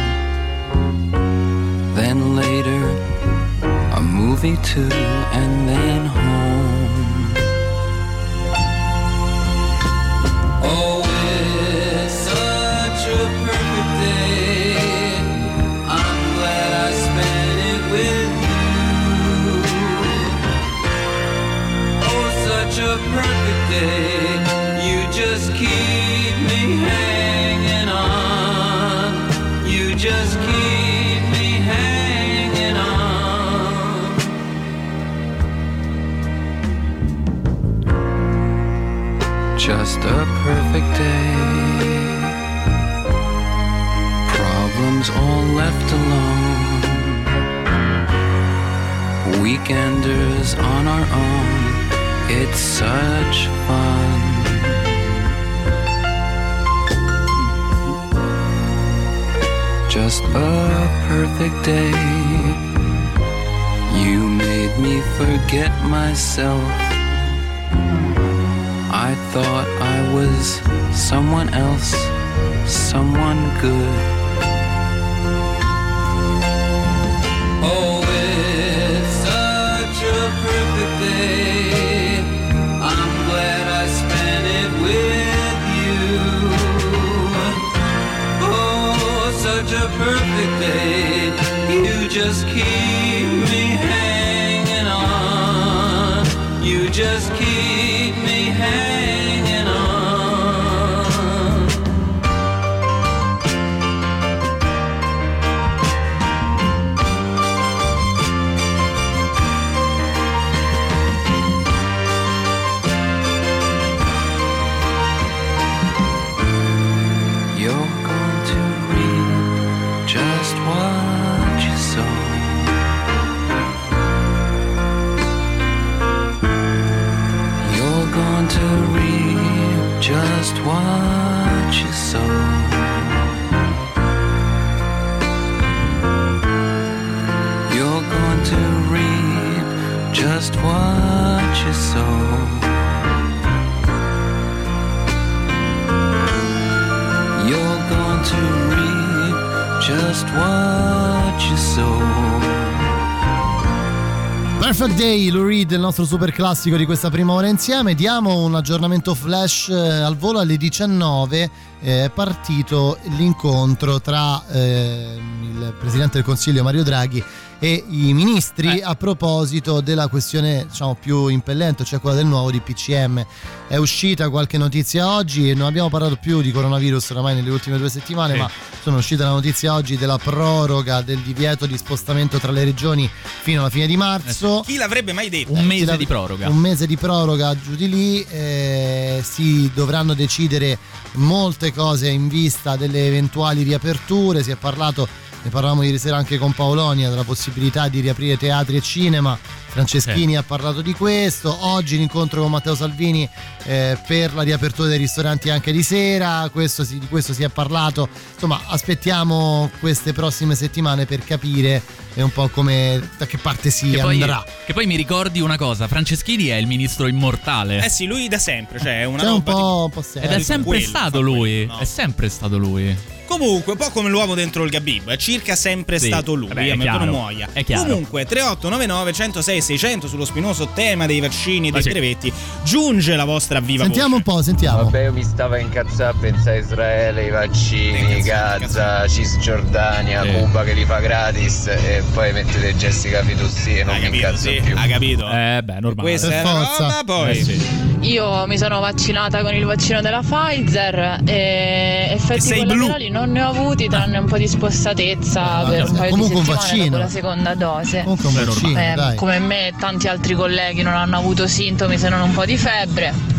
Then later, a movie too, and then home. Oh, it's such a perfect day. I'm glad I spent it with you. Oh, such a perfect day. You just keep me hanging on. You just keep just a perfect day. Problems all left alone. Weekenders on our own. It's such fun. Just a perfect day. You made me forget myself. I thought I was someone else, someone good. Oh, it's such a perfect day. I'm glad I spent it with you. Oh, such a perfect day. just keep me hanging on. You just keep me hanging on. You're going to reap just what you sow. You're going to reap just what you sow. You're going to reap just what you sow. You're going to reap just what you sow. Perfect Day, Lou Reed, il nostro super classico di questa prima ora insieme. Diamo un aggiornamento flash eh, al volo alle diciannove. È partito l'incontro tra eh, il Presidente del Consiglio Mario Draghi e i ministri eh. a proposito della questione, diciamo, più impellente, cioè quella del nuovo D P C M. È uscita qualche notizia oggi e non abbiamo parlato più di coronavirus oramai nelle ultime due settimane, sì. ma sono uscita la notizia oggi della proroga del divieto di spostamento tra le regioni fino alla fine di marzo. Chi l'avrebbe mai detto? Un mese di proroga. Un mese di proroga giù di lì, eh, si dovranno decidere molte cose in vista delle eventuali riaperture. Si è parlato, ne parlavamo ieri sera anche con Paolonia, della possibilità di riaprire teatri e cinema. Franceschini sì. ha parlato di questo. Oggi l'incontro con Matteo Salvini eh, per la riapertura dei ristoranti anche di sera, questo si, di questo si è parlato. Insomma, aspettiamo queste prossime settimane per capire eh, un po' come, da che parte si che andrà. Poi, che poi mi ricordi una cosa, Franceschini è il ministro immortale. Eh sì, lui da sempre, cioè è una C'è roba un po', tipo... un po' Ed è sempre quello, stato lui, quello, no? È sempre stato lui. Comunque, un po' come l'uomo dentro il gabibbo, è circa sempre sì. stato lui, Vabbè, a me non muoia. È chiaro. Comunque, tre otto nove nove uno zero sei sei zero zero sullo spinoso tema dei vaccini e dei sì. brevetti, giunge la vostra viva Sentiamo voce. un po', sentiamo. Vabbè, io mi stavo a incazzare a pensare a Israele, i vaccini, Gaza, Cisgiordania, sì. Cuba che li fa gratis e poi mettete Jessica Fidussi e non Hai mi capito, incazzo sì, più. hai capito? Eh beh, normale. Questa Per è la forza. roba, poi Eh sì. Io mi sono vaccinata con il vaccino della Pfizer e effetti sei collaterali non ne ho avuti, tranne un po' di spossatezza Ah, per un paio comunque di un settimane vaccino. dopo la seconda dose. Comunque un vaccino, Eh, dai. come me tanti altri colleghi non hanno avuto sintomi se non un po' di febbre.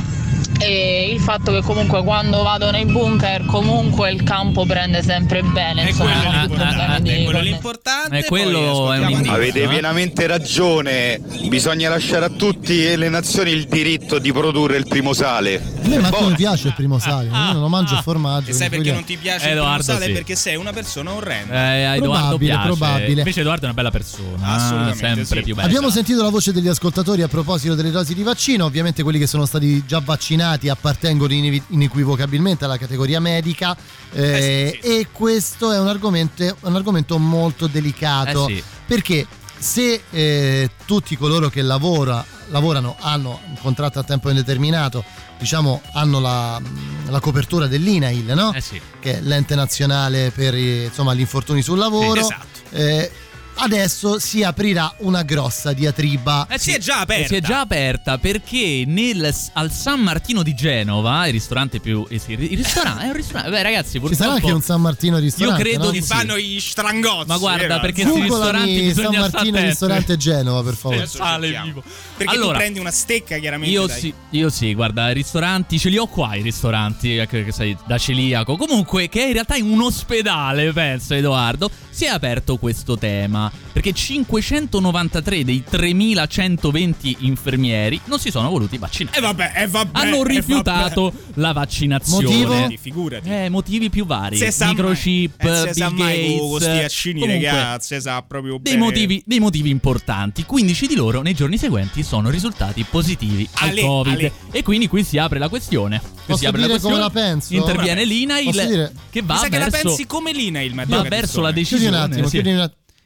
E il fatto che comunque quando vado nei bunker comunque il campo prende sempre bene, È insomma, quello non ho l'importante, problemi è di quello connessione. l'importante. E quello poi è un ascoltiamo indizio. Andrea. Avete eh? pienamente ragione, bisogna lasciare a tutte le nazioni il diritto di produrre il primo sale. A me manco mi piace il primo sale, io non mangio formaggio. E sai perché non ti piace Edoardo, il primo sale? sì. Perché sei una persona orrenda. Eh, a Edoardo Probabile, piace. probabile. Invece Edoardo è una bella persona. Assolutamente, sempre sì. più bella. Abbiamo sentito la voce degli ascoltatori a proposito delle dosi di vaccino. Ovviamente quelli che sono stati già vaccinati appartengono inevi- inequivocabilmente alla categoria medica, eh, Eh sì, sì, sì. e questo è un argomento, un argomento molto delicato, Eh sì. perché se eh, tutti coloro che lavora, lavorano hanno un contratto a tempo indeterminato, diciamo hanno la, la copertura dell'I N A I L, no? Eh sì. Che è l'ente nazionale per i, insomma, gli infortuni sul lavoro. Sì, esatto. eh, adesso si aprirà una grossa diatriba. Eh, si è già E aperta. si è già aperta perché nel, al San Martino di Genova, il ristorante più. Eh sì, il ristorante è un ristorante. Beh, ragazzi, Ci purtroppo. sarà anche un San Martino ristorante. Io credo no? di Ti fanno i strangozzi. Ma guarda, eh, perché sui ristoranti Googlami bisogna San stare Martino attenti. ristorante Genova, per favore. Adesso Sale cerchiamo. vivo. Perché Allora, tu prendi una stecca, chiaramente. Io dai. sì, io sì, guarda, i ristoranti ce li ho qua, i ristoranti, anche che sei da celiaco. Comunque, che è in realtà in un ospedale, penso, Edoardo, si è aperto questo tema. Perché cinquecentonovantatré dei tremilacentoventi infermieri non si sono voluti vaccinare. E vabbè, e vabbè. Hanno e rifiutato vabbè. la vaccinazione. Motivo? Figurati. Eh, motivi più vari. Se sa Microchip, mai, eh, se Bill sa mai Gates. con questi vaccini, Comunque, ragazzi, sa proprio dei bene. motivi, dei motivi importanti. quindici di loro nei giorni seguenti sono risultati positivi al Ale, Covid. ale. E quindi qui si apre la questione. Qui Posso si apre dire la questione. come la penso? Interviene Come la l'I N A I Posso dire? L che Mi va sa che la verso, pensi come l'I N A I L, va verso la Chiudi decisione. un attimo, sì. chiudi un attimo.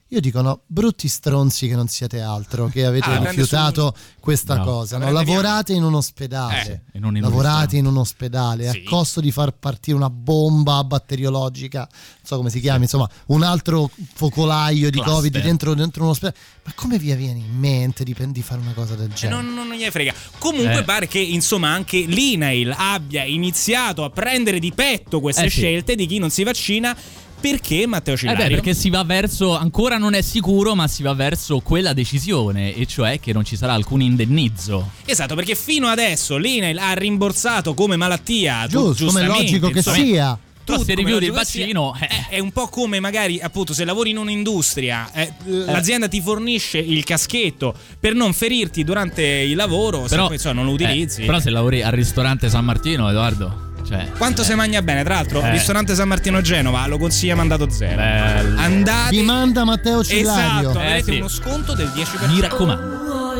Io dico no, brutti stronzi che non siete altro, che avete Ah, rifiutato su- questa No. cosa. No? Prende Lavorate in un ospedale, Eh, e non in un lavorate ristorante. in un ospedale Sì. a costo di far partire una bomba batteriologica, non so come si chiami, insomma, un altro focolaio di Cluster. Covid dentro, dentro un ospedale. Ma come vi viene in mente di, di fare una cosa del Eh, genere? non, non, non gliene frega. Comunque Eh. pare che insomma anche l'I N A I L abbia iniziato a prendere di petto queste Eh sì. scelte di chi non si vaccina. Perché Matteo Eh Cillario? beh, perché si va verso, ancora non è sicuro, ma si va verso quella decisione, e cioè che non ci sarà alcun indennizzo. Esatto, perché fino adesso l'I N A I L ha rimborsato come malattia tu- Giusto, come è giustamente, logico che insomma, sia. Però se come rifiuti il logico che sia, vaccino, eh. è, è un po' come magari appunto se lavori in un'industria, eh, l'azienda ti fornisce il caschetto per non ferirti durante il lavoro, se Però, poi insomma, non lo utilizzi. eh, però se lavori al ristorante San Martino, Edoardo, cioè, Quanto eh, si mangia bene, tra l'altro, Eh. ristorante San Martino Genova lo consiglia mandato zero. bello. Andate. Vi manda Matteo Cillario. Esatto, Eh, avrete sì. uno sconto del dieci per cento. Mi raccomando.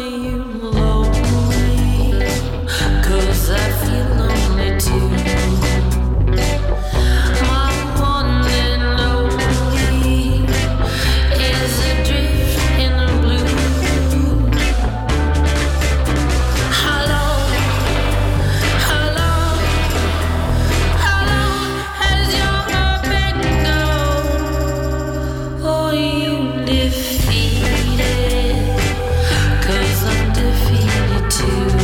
Cause I feel lonely too. My one and only is adrift in the blue. How long, how long, how long has your heart been gone? Oh, you defeated, 'cause I'm defeated too.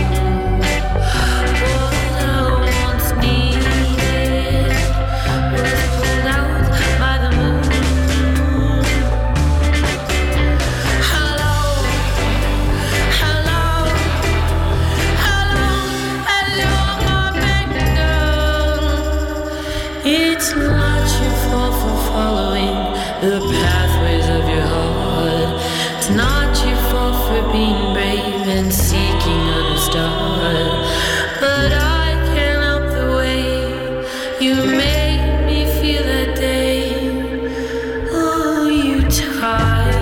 What I once needed was pulled out by the moon. How long, how long, how long has your heart been gone? It's not your fault for following the pathways of your heart. It's not your fault for being brave and seeking a new start. But I can't help the way you made me feel that day. Oh, you tired,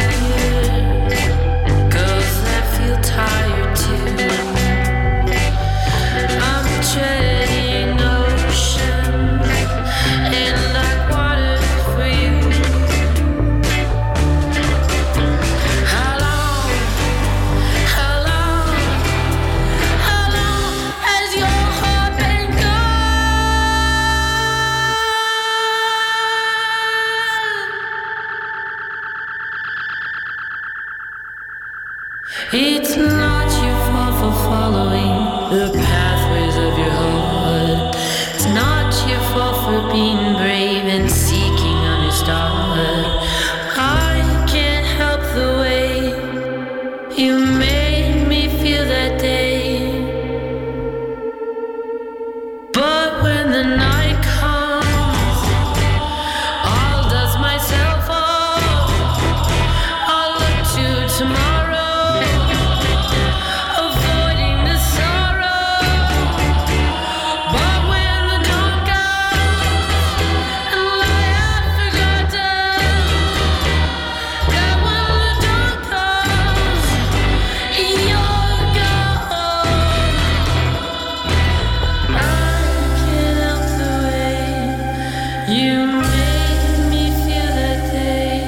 'cause I feel tired too. I'm treading ocean and like water for you. How long, how long, how long has your heart been gone? It's not your fault for following the pathways of your heart. It's not your fault for being brave and seeking a new start. I can't help the way you made me feel that day. But when the night comes, I'll dust myself off. I'll look to tomorrow, avoiding the sorrow. But when the dawn comes and I have forgotten that when the dawn comes, you're gone. I can't help the way you made me feel that day.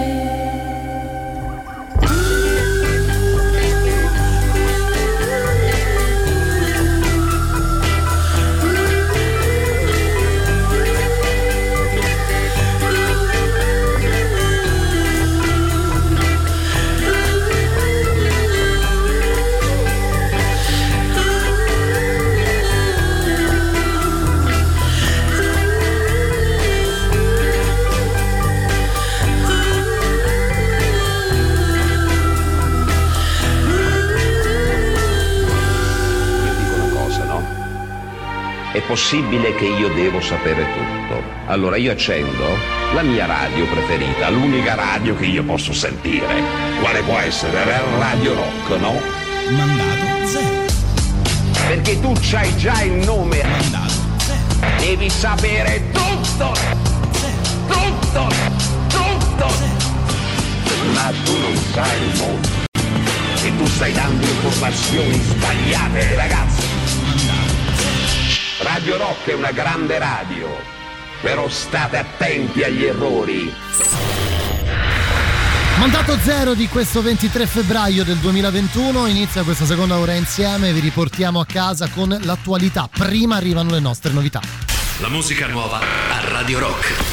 Io dico una cosa, no? È possibile che io devo sapere tutto. Allora io accendo la mia radio preferita, l'unica radio che io posso sentire. Quale può essere? Radio Rock, no? Mandato zero. Perché tu c'hai già il nome. Mandato zero. Devi sapere tutto! Tutto! Tutto! Ma tu non sai molto. E tu stai dando informazioni sbagliate, ragazzi. Radio Rock è una grande radio, però state attenti agli errori. Mandato zero di questo ventitré febbraio del duemilaventuno, inizia questa seconda ora insieme, vi riportiamo a casa con l'attualità. Prima arrivano le nostre novità. La musica nuova a Radio Rock.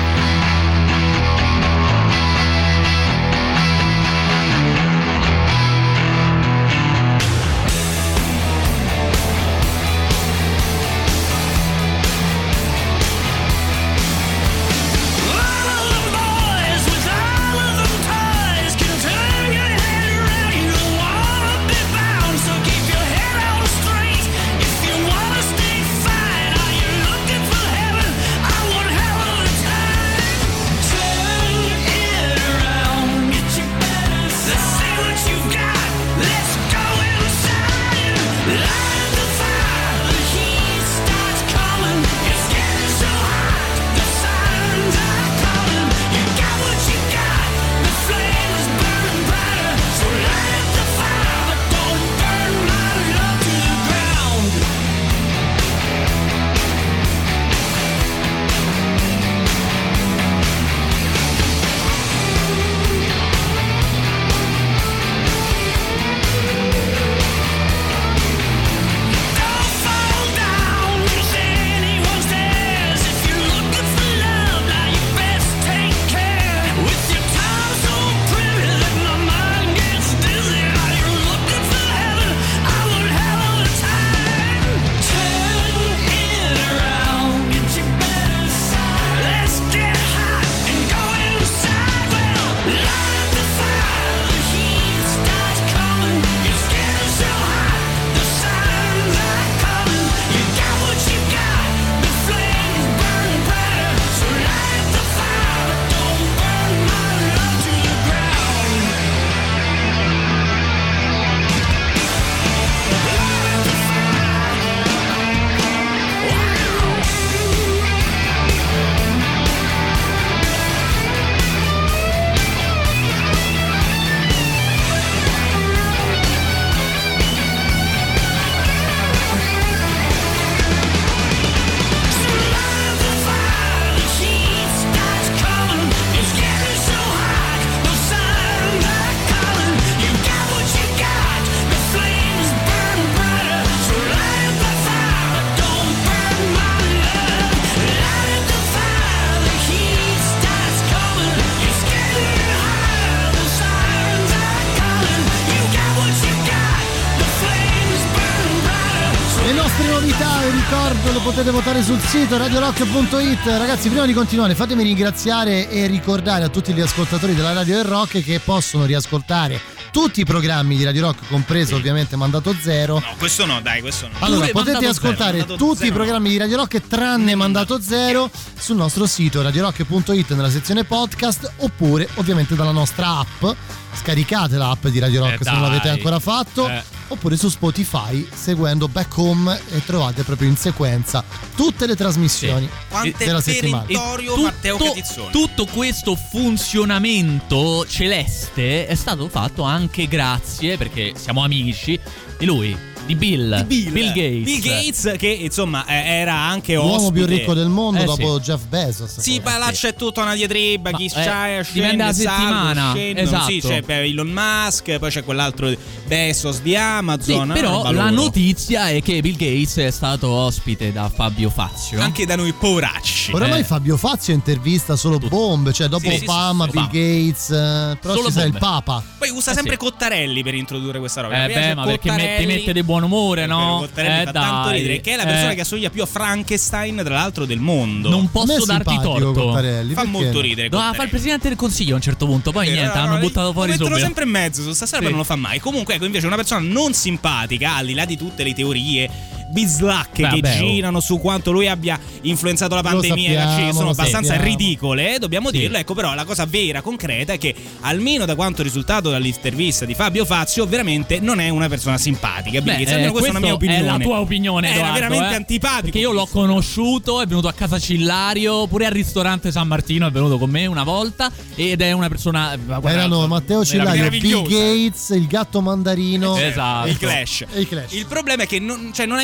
Lo potete votare sul sito radio rock punto it. Ragazzi, prima di continuare fatemi ringraziare e ricordare a tutti gli ascoltatori della Radio del Rock che possono riascoltare tutti i programmi di Radio Rock, compreso sì. ovviamente Mandato Zero. No, questo no, dai, questo no. Allora, Pure potete ascoltare zero, tutti zero. i programmi di Radio Rock tranne Mandato Zero sul nostro sito radio rock punto it nella sezione podcast, oppure ovviamente dalla nostra app. Scaricate l'app di Radio Rock eh se dai. non l'avete ancora fatto, eh. oppure su Spotify seguendo Back Home e trovate proprio in sequenza tutte le trasmissioni sì. della settimana. Vittorio Matteo Catizzone. Tutto questo funzionamento celeste è stato fatto anche grazie, perché siamo amici, di lui, di Bill, di Bill. Bill Gates. Bill Gates, che insomma era anche l'uomo ospite. più ricco del mondo eh, dopo sì. Jeff Bezos. Sì, ma là c'è tutta una diatriba, chi c'è, eh, dipende dalla settimana. Esatto. Sì, c'è per Elon Musk, poi c'è quell'altro Bezos di Amazon. Sì, però eh, la notizia è che Bill Gates è stato ospite da Fabio Fazio. Anche da noi poveracci. Oramai eh. Fabio Fazio intervista solo bombe, cioè dopo sì, Obama, sì, sì, sì, Bill Obama. Gates, eh, però Solo ci sa il bombe. Papa. Poi usa Eh, sempre sì. Cottarelli per introdurre questa roba. Eh beh, ma perché me- ti mette di buon umore, no? Cottarelli Eh, fa tanto dai. ridere, che è la persona Eh. che assomiglia più a Frankenstein, tra l'altro, del mondo. Non A me posso è darti simpatico torto. Cottarelli, Fa perché molto no? ridere. Doveva fare il presidente del consiglio a un certo punto, poi Eh, niente, no, hanno no, buttato lo fuori mettono subito. sempre in mezzo su sta storia, Sì. ma non lo fa mai. Comunque, ecco, invece una persona non simpatica, al di là di tutte le teorie bislacche Beh, che beh, oh. girano su quanto lui abbia influenzato la Lo pandemia, che sappiamo, sono lo abbastanza sappiamo. ridicole, eh, dobbiamo Sì. dirlo. Ecco, però la cosa vera, concreta, è che almeno da quanto risultato dall'intervista di Fabio Fazio, veramente non è una persona simpatica. Beh, Quindi, eh, almeno questa è una mia questo opinione. è la tua opinione, Era Edoardo, veramente eh? antipatico. Perché io l'ho conosciuto, è venuto a casa Cillario, pure al ristorante San Martino è venuto con me una volta ed è una persona, guarda, Erano Matteo Cillario, Bill meravigliosa. Gates, il gatto mandarino Esatto. il Clash. e il Clash. Il problema è che non, cioè non hai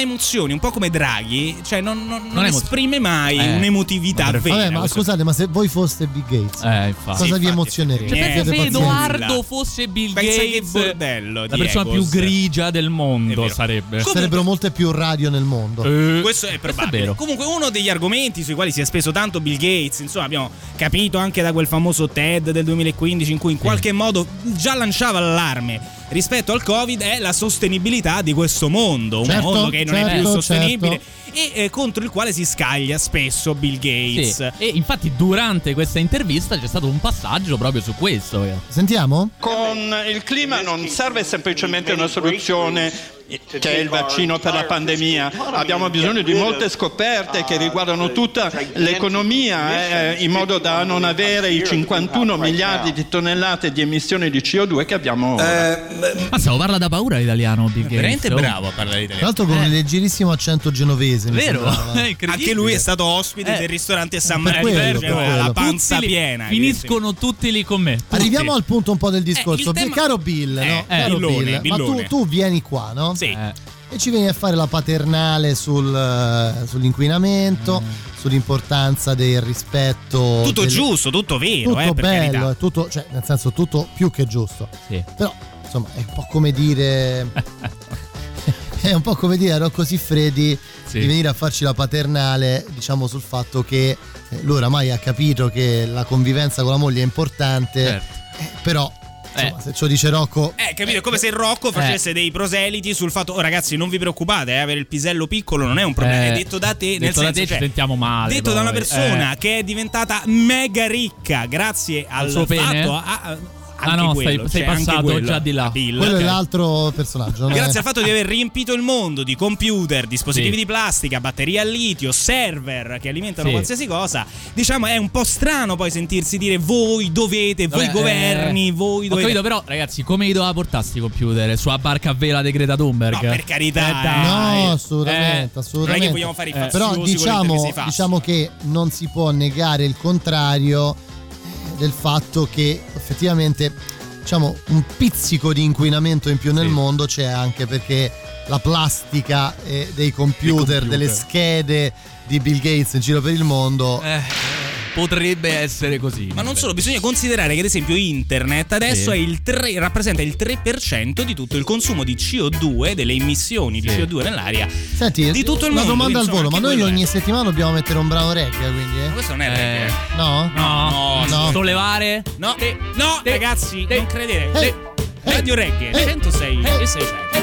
emozioni, un po' come Draghi, cioè non, non, non, Non esprime mai eh, un'emotività vera. Vabbè, ma Questo- scusate, ma se voi foste Bill Gates, Eh, infatti. cosa Sì, vi infatti, emozionerebbe? Cioè, Pensa Niente, se pazienza. Edoardo fosse Bill Pensa che Gates, bordello, la persona Diegos. più grigia del È mondo vero. sarebbe. Ci sarebbero molte più radio nel mondo. Eh, Questo è probabile. vero. Comunque, uno degli argomenti sui quali si è speso tanto Bill Gates, insomma, abbiamo capito anche da quel famoso TED del duemilaquindici, in cui in qualche modo già lanciava l'allarme rispetto al Covid, è la sostenibilità di questo mondo. Un Certo, mondo che non è più certo, sostenibile certo. e eh, contro il quale si scaglia spesso Bill Gates. Sì. E infatti durante questa intervista c'è stato un passaggio proprio su questo. Sentiamo? Con il clima non serve semplicemente una soluzione che è il vaccino per la pandemia, abbiamo bisogno di molte scoperte che riguardano tutta l'economia eh, in modo da non avere i cinquantuno miliardi di tonnellate di emissioni di C O due che abbiamo ora. Ma stavo parla da paura l'italiano Bill Gates. Veramente Oh. bravo a parlare Tra italiano. l'altro con un leggerissimo accento genovese. mi Vero? sembrava. È incredibile. Anche lui è stato ospite Eh. del ristorante San Per Marino, quello, cioè, per la quello. panza Tutti lì- piena. Finiscono tutti lì con me. Tutti. Arriviamo al punto un po' del discorso. il tema- Caro Bill, no? Eh, Caro Billone, Bill, ma Billone. tu, tu vieni qua, no? Sì. Eh. E ci vieni a fare la paternale sul, eh, sull'inquinamento, sull'importanza del rispetto. Tutto del- giusto, tutto vero, tutto eh, per bello, carità. è tutto, cioè, nel senso tutto più che giusto. Sì. Però, insomma, è un po' come dire. È un po' come dire a Rocco Siffredi Sì. di venire a farci la paternale, diciamo, sul fatto che eh, lui oramai ha capito che la convivenza con la moglie è importante, Certo. eh, però insomma, Eh. se ce lo dice Rocco. Eh, capito? È come se Rocco facesse dei proseliti sul fatto, oh ragazzi, non vi preoccupate, eh, avere il pisello piccolo non è un problema. Eh, È detto da te, nel detto da senso, te cioè, ci sentiamo male. detto da una poi. persona Eh. che è diventata mega ricca grazie al, suo pene? fatto. A, a, Ah anche no, quello, sei, sei cioè, anche passato quello, già di là. a Bill. Quello Ok. è l'altro personaggio. non è- Grazie al fatto di aver riempito il mondo di computer, dispositivi Sì. di plastica, batterie al litio, server che alimentano Sì. qualsiasi cosa, diciamo è un po' strano poi sentirsi dire voi dovete, voi Vabbè, governi, eh, voi Ho dovete. capito, però, ragazzi, come li doveva portare sti computer? Sulla barca a vela di Greta Thunberg? No, per carità. Eh, dai. No, assolutamente, Eh, assolutamente. non è che vogliamo fare i Eh, faziosi però con le diciamo, interviste false. diciamo che non si può negare il contrario eh, del fatto che effettivamente, diciamo, un pizzico di inquinamento in più nel Sì. mondo c'è, anche perché la plastica eh, dei computer, computer. delle schede di Bill Gates in giro per il mondo. Eh, potrebbe essere così. Ma non vabbè. solo, bisogna considerare che ad esempio internet adesso Sì. è il tre, rappresenta il tre per cento di tutto il consumo di C O due, delle emissioni di Sì. C O due nell'aria Senti, di tutto il una mondo. domanda al insomma, volo, ma anche noi quello ogni è. settimana dobbiamo mettere un brano reggae, quindi? Ma Eh? questo non è Eh, reggae. No? No, No, no. sollevare? No, no, Te- ragazzi, te- non credere. Ehi, Te- Radio Reggae ehi, centosei ehi. e seicento.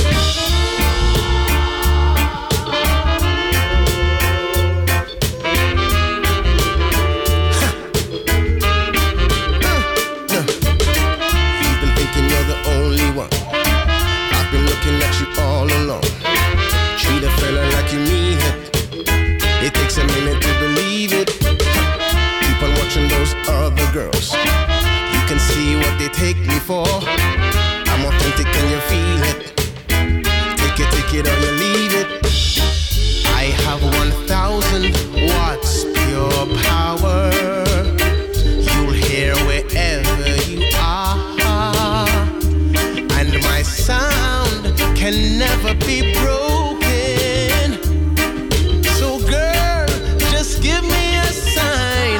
You've been thinking you're the only one. I've been looking at you all along. Treat a fella like you mean it. It takes a minute to believe it. Keep on watching those other girls. You can see what they take me for. I'm authentic and you feel it. Take it, take it or you leave it. I have one thousand watts pure power. You'll hear wherever you are. And my sound can never be broken. So girl, just give me a sign.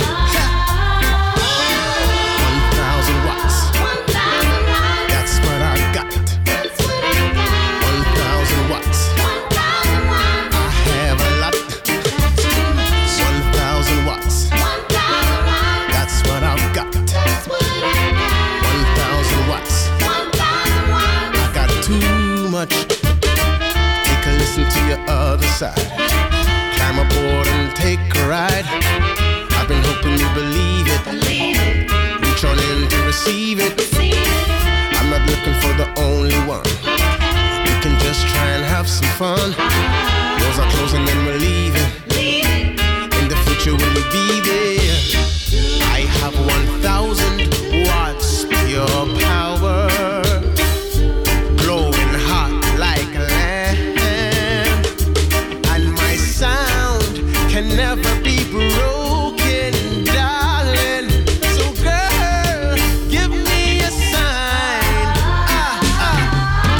One thousand watts. That's what I got. One thousand watts. I have a lot. One thousand watts. That's what I've got. One thousand watts. I got too much. Take a listen to your other side. Climb aboard and take a ride. I've been hoping you believe it. Reach on in to receive it. I'm not looking for the only one. We can just try and have some fun. Doors are closing and we're leaving. In the future, will we be there? I have one thousand watts pure power, glowing hot like a lamp, and my sound can never be broken, darling. So girl, give me a sign. Ah, ah.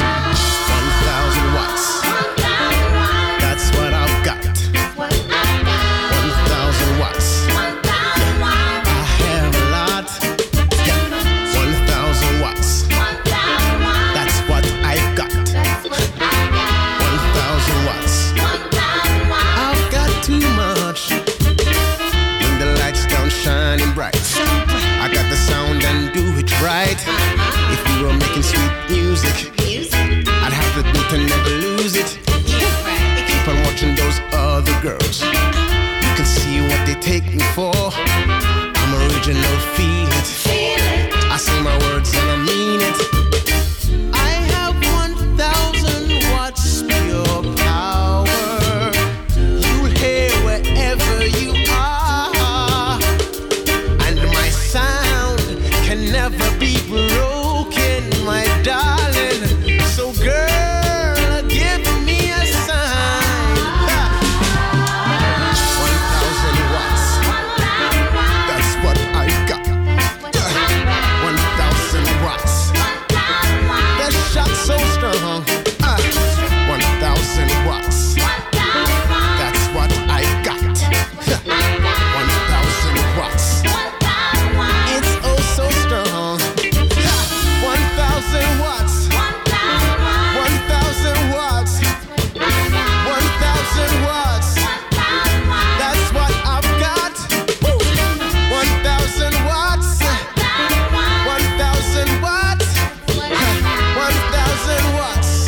strong. Uh, one thousand watts. That's what I've got. one thousand watts. It's oh so strong. one thousand watts. one thousand watts. one thousand watts. That's what I've got. one thousand watts. one thousand watts. one thousand watts.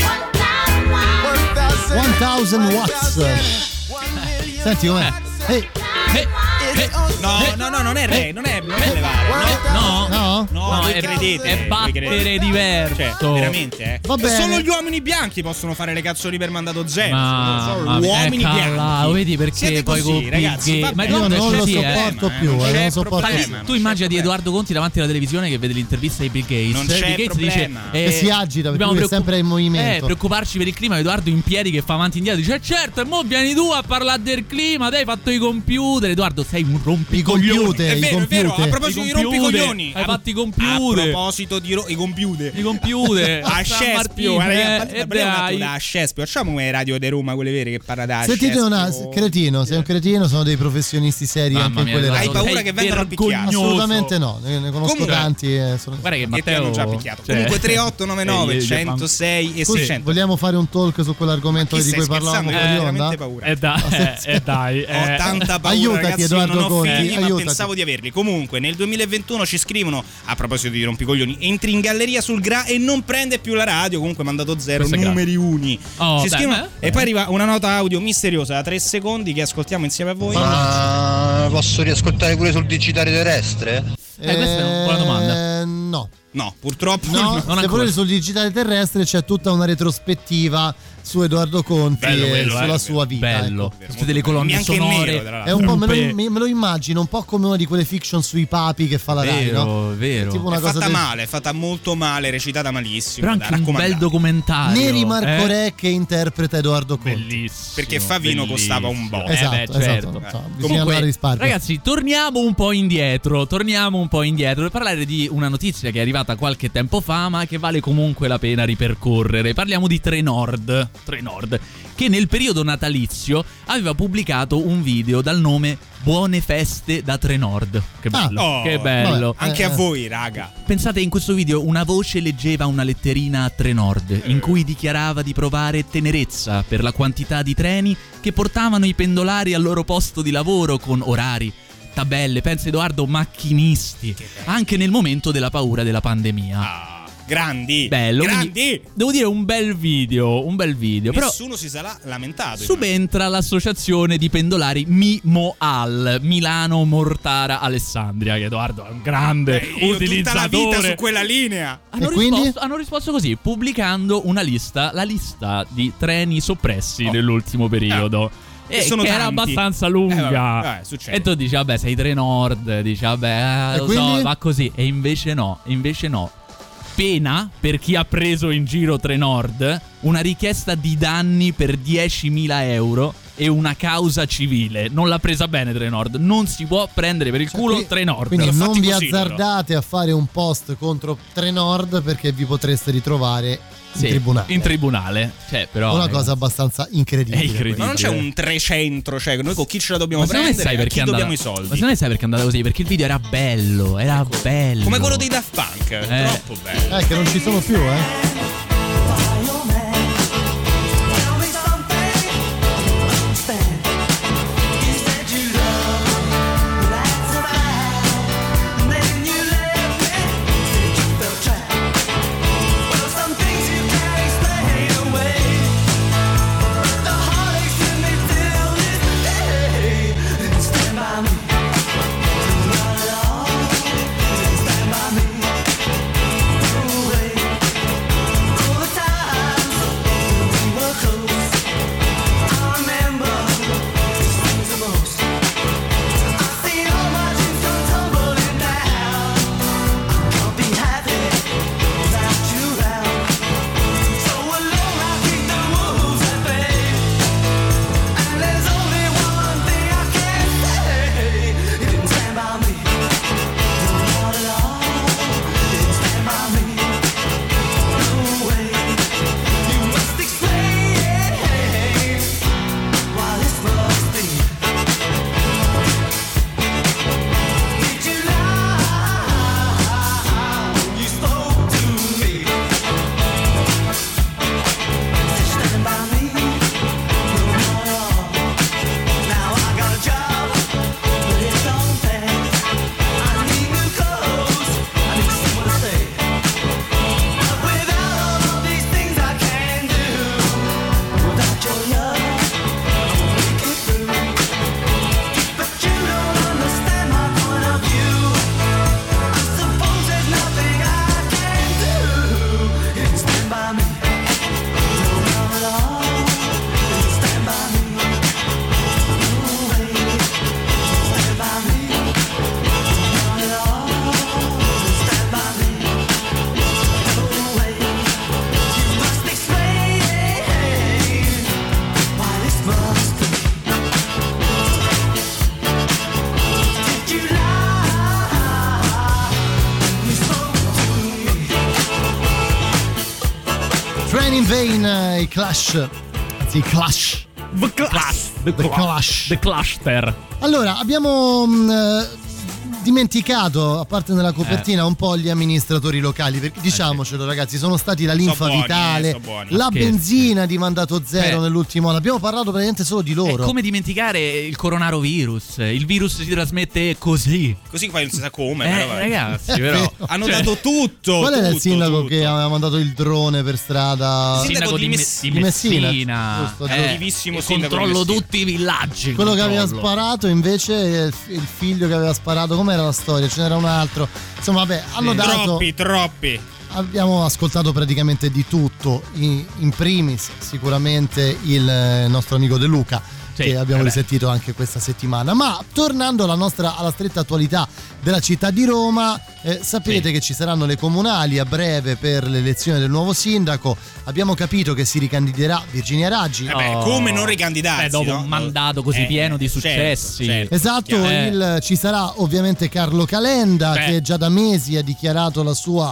one thousand watts. Senti com'è? Ehi. No, no, no, non è re, non è, non è levare. No, no, no, no, voi è, credete, è voi battere credete. diverso. Cioè, veramente, eh. Va bene. Solo gli uomini bianchi possono fare le canzoni per mandato zero. Ma, Solo ma gli uomini ecco bianchi. là, vedi perché Siete poi così, con ragazzi, va ma bene, io non lo così, sopporto eh. più, non eh, c'è non sopporto problema. più. Tu immagini di Edoardo Conti davanti alla televisione che vede l'intervista di Bill Gates. Non Bill c'è Gates problema. dice Che si agita perché dobbiamo lui è preoccup- sempre in movimento. Eh, preoccuparci per il clima. Edoardo in piedi che fa avanti e indietro dice: certo, e mo vieni tu a parlare del clima. Te hai fatto i computer. Edoardo, sei un rompicoglioni. computer, È i vero, è vero, a computer. proposito di I computer. rompicoglioni. Hai fatto i A computer. proposito di ro- i computer. I computer. A San Scespio, Martino, guarda, eh, guarda, e parliamo un dai. attimo da Scespio. Facciamo come Radio de Roma, quelle vere che parla da Sentite Scespio. una cretino, sei un cretino, sono dei professionisti seri Mamma anche in mia, quelle Edoardo, Hai radio. paura sei che vengano picchiati? vergognoso. Assolutamente no, ne, ne conosco Comunque- tanti. eh, sono- Guarda che Che ti Matteo hanno già picchiato. cioè- Comunque tre otto nove nove Eh, centosei e Scusi, seicento. vogliamo fare un talk su quell'argomento Ma chi di cui stai parlavamo scherzando? fuori Ho onda? veramente paura. E dai, eh, eh, dai. Ho eh. tanta paura, Aiutati, ragazzi, Edoardo io non ho Conti, figli, ma aiutati. pensavo di averli. Comunque, nel duemilaventuno ci scrivono, a proposito di rompicoglioni, entri in galleria sul Gra e non prende più la radio, comunque mandato zero, Questo è grave. numeri uni. Oh, ci beh, scrivono, beh. e poi arriva una nota audio misteriosa da tre secondi che ascoltiamo insieme a voi. Ma posso riascoltare pure sul digitale terrestre? Eh, questa è una buona domanda. Eh, no. No, purtroppo No, no. non se ancora. volete sul digitale terrestre c'è tutta una retrospettiva su Edoardo Conti Bello e quello, sulla eh. sua vita. Bello. ecco. Tutte delle colonne Bianco e sonore. nero, tra È un po', me, lo, Rompe- me- me lo immagino un po' come una di quelle fiction sui papi che fa la Rai, Vero, no? vero. È tipo una È cosa fatta del- male, è fatta molto male, recitata malissimo. Però da anche un bel raccomandare. documentario. Neri Marco eh? Re che interpreta Edoardo Conti. Bellissimo. Perché Favino bellissimo. costava un botto. Esatto, Eh beh, esatto. certo. no, bisogna Comunque, andare a risparmio. ragazzi, torniamo un po' indietro. Torniamo un po' indietro per parlare di una notizia che è arrivata qualche tempo fa, ma che vale comunque la pena ripercorrere. Parliamo di Trenord. Trenord, che nel periodo natalizio aveva pubblicato un video dal nome Buone feste da Trenord. Che bello, Oh, che bello. vabbè. Anche Eh, a eh. voi, raga. Pensate, in questo video una voce leggeva una letterina a Trenord in cui dichiarava di provare tenerezza per la quantità di treni che portavano i pendolari al loro posto di lavoro con orari, tabelle, pensa Edoardo, macchinisti, anche nel momento della paura della pandemia. Ah, grandi. Bello, grandi. quindi, devo dire un bel video, un bel video, però Nessuno si sarà lamentato. subentra l'associazione di pendolari MIMOAL, Milano Mortara Alessandria, che Edoardo è un grande Eh, io utilizzatore. tutta la vita su quella linea. Hanno E quindi? risposto, hanno risposto così, pubblicando una lista, la lista di treni soppressi nell'ultimo periodo. Che E sono che era tanti. abbastanza lunga. Eh, vabbè, vabbè, succede. E tu dici, vabbè, sei Trenord, dici, vabbè, eh, E lo quindi? so, va così. E invece no, invece no. Pena per chi ha preso in giro Trenord, una richiesta di danni per diecimila euro e una causa civile. Non l'ha presa bene Trenord, non si può prendere per il culo qui- Trenord. Quindi non fatti vi così, azzardate a fare un post contro Trenord perché vi potreste ritrovare in Sì, tribunale. in tribunale. Cioè, però Una ragazzi, cosa abbastanza incredibile. È incredibile. Ma non c'è un trecentro, cioè noi con chi ce la dobbiamo Ma secondo me prendere sai e a perché chi è andata- dobbiamo i Ma soldi. secondo me sai perché è andata così? Perché il video era bello, era bello. Come quello dei Daft Punk, Eh. troppo bello. Eh, che non ci sono più, eh. Stand by me. vain eh, i Clash, anzi i Clash. The Clash. The, The Clash. The Cluster. Allora, abbiamo mh, dimenticato, a parte nella copertina, Eh. un po' gli amministratori locali, perché diciamocelo ragazzi, sono stati la linfa buoni, vitale, eh, so buoni. la Scherzi. benzina di mandato zero Eh. nell'ultimo anno. Abbiamo parlato praticamente solo di loro. È come dimenticare il coronavirus. Il virus si trasmette così. Così poi non si sa come. Eh, però, ragazzi, È però. vero. hanno Cioè, dato tutto. Qual era il tutto, sindaco tutto. che aveva mandato il drone per strada? Il sindaco di Me- Mess- di di Messina, Messina. giusto, Eh, Cattivissimo che sindaco di controllo Messina. tutti i villaggi. Quello che aveva controllo. sparato invece è il fi- il figlio che aveva sparato. Com'era la storia? Ce n'era un altro. Insomma, vabbè, hanno dato. Troppi, troppi. Abbiamo ascoltato praticamente di tutto. In, in primis, sicuramente il eh, nostro amico De Luca, Sì, che abbiamo eh beh. risentito anche questa settimana. Ma tornando alla nostra alla stretta attualità della città di Roma, eh, sapete Sì. che ci saranno le comunali a breve per l'elezione del nuovo sindaco. Abbiamo capito che si ricandiderà Virginia Raggi. Eh beh, Oh. come non ricandidarsi? Beh, dopo no? un mandato così Eh, pieno di certo, successi. certo. Esatto, Eh. il- ci sarà ovviamente Carlo Calenda, Beh. che già da mesi ha dichiarato la sua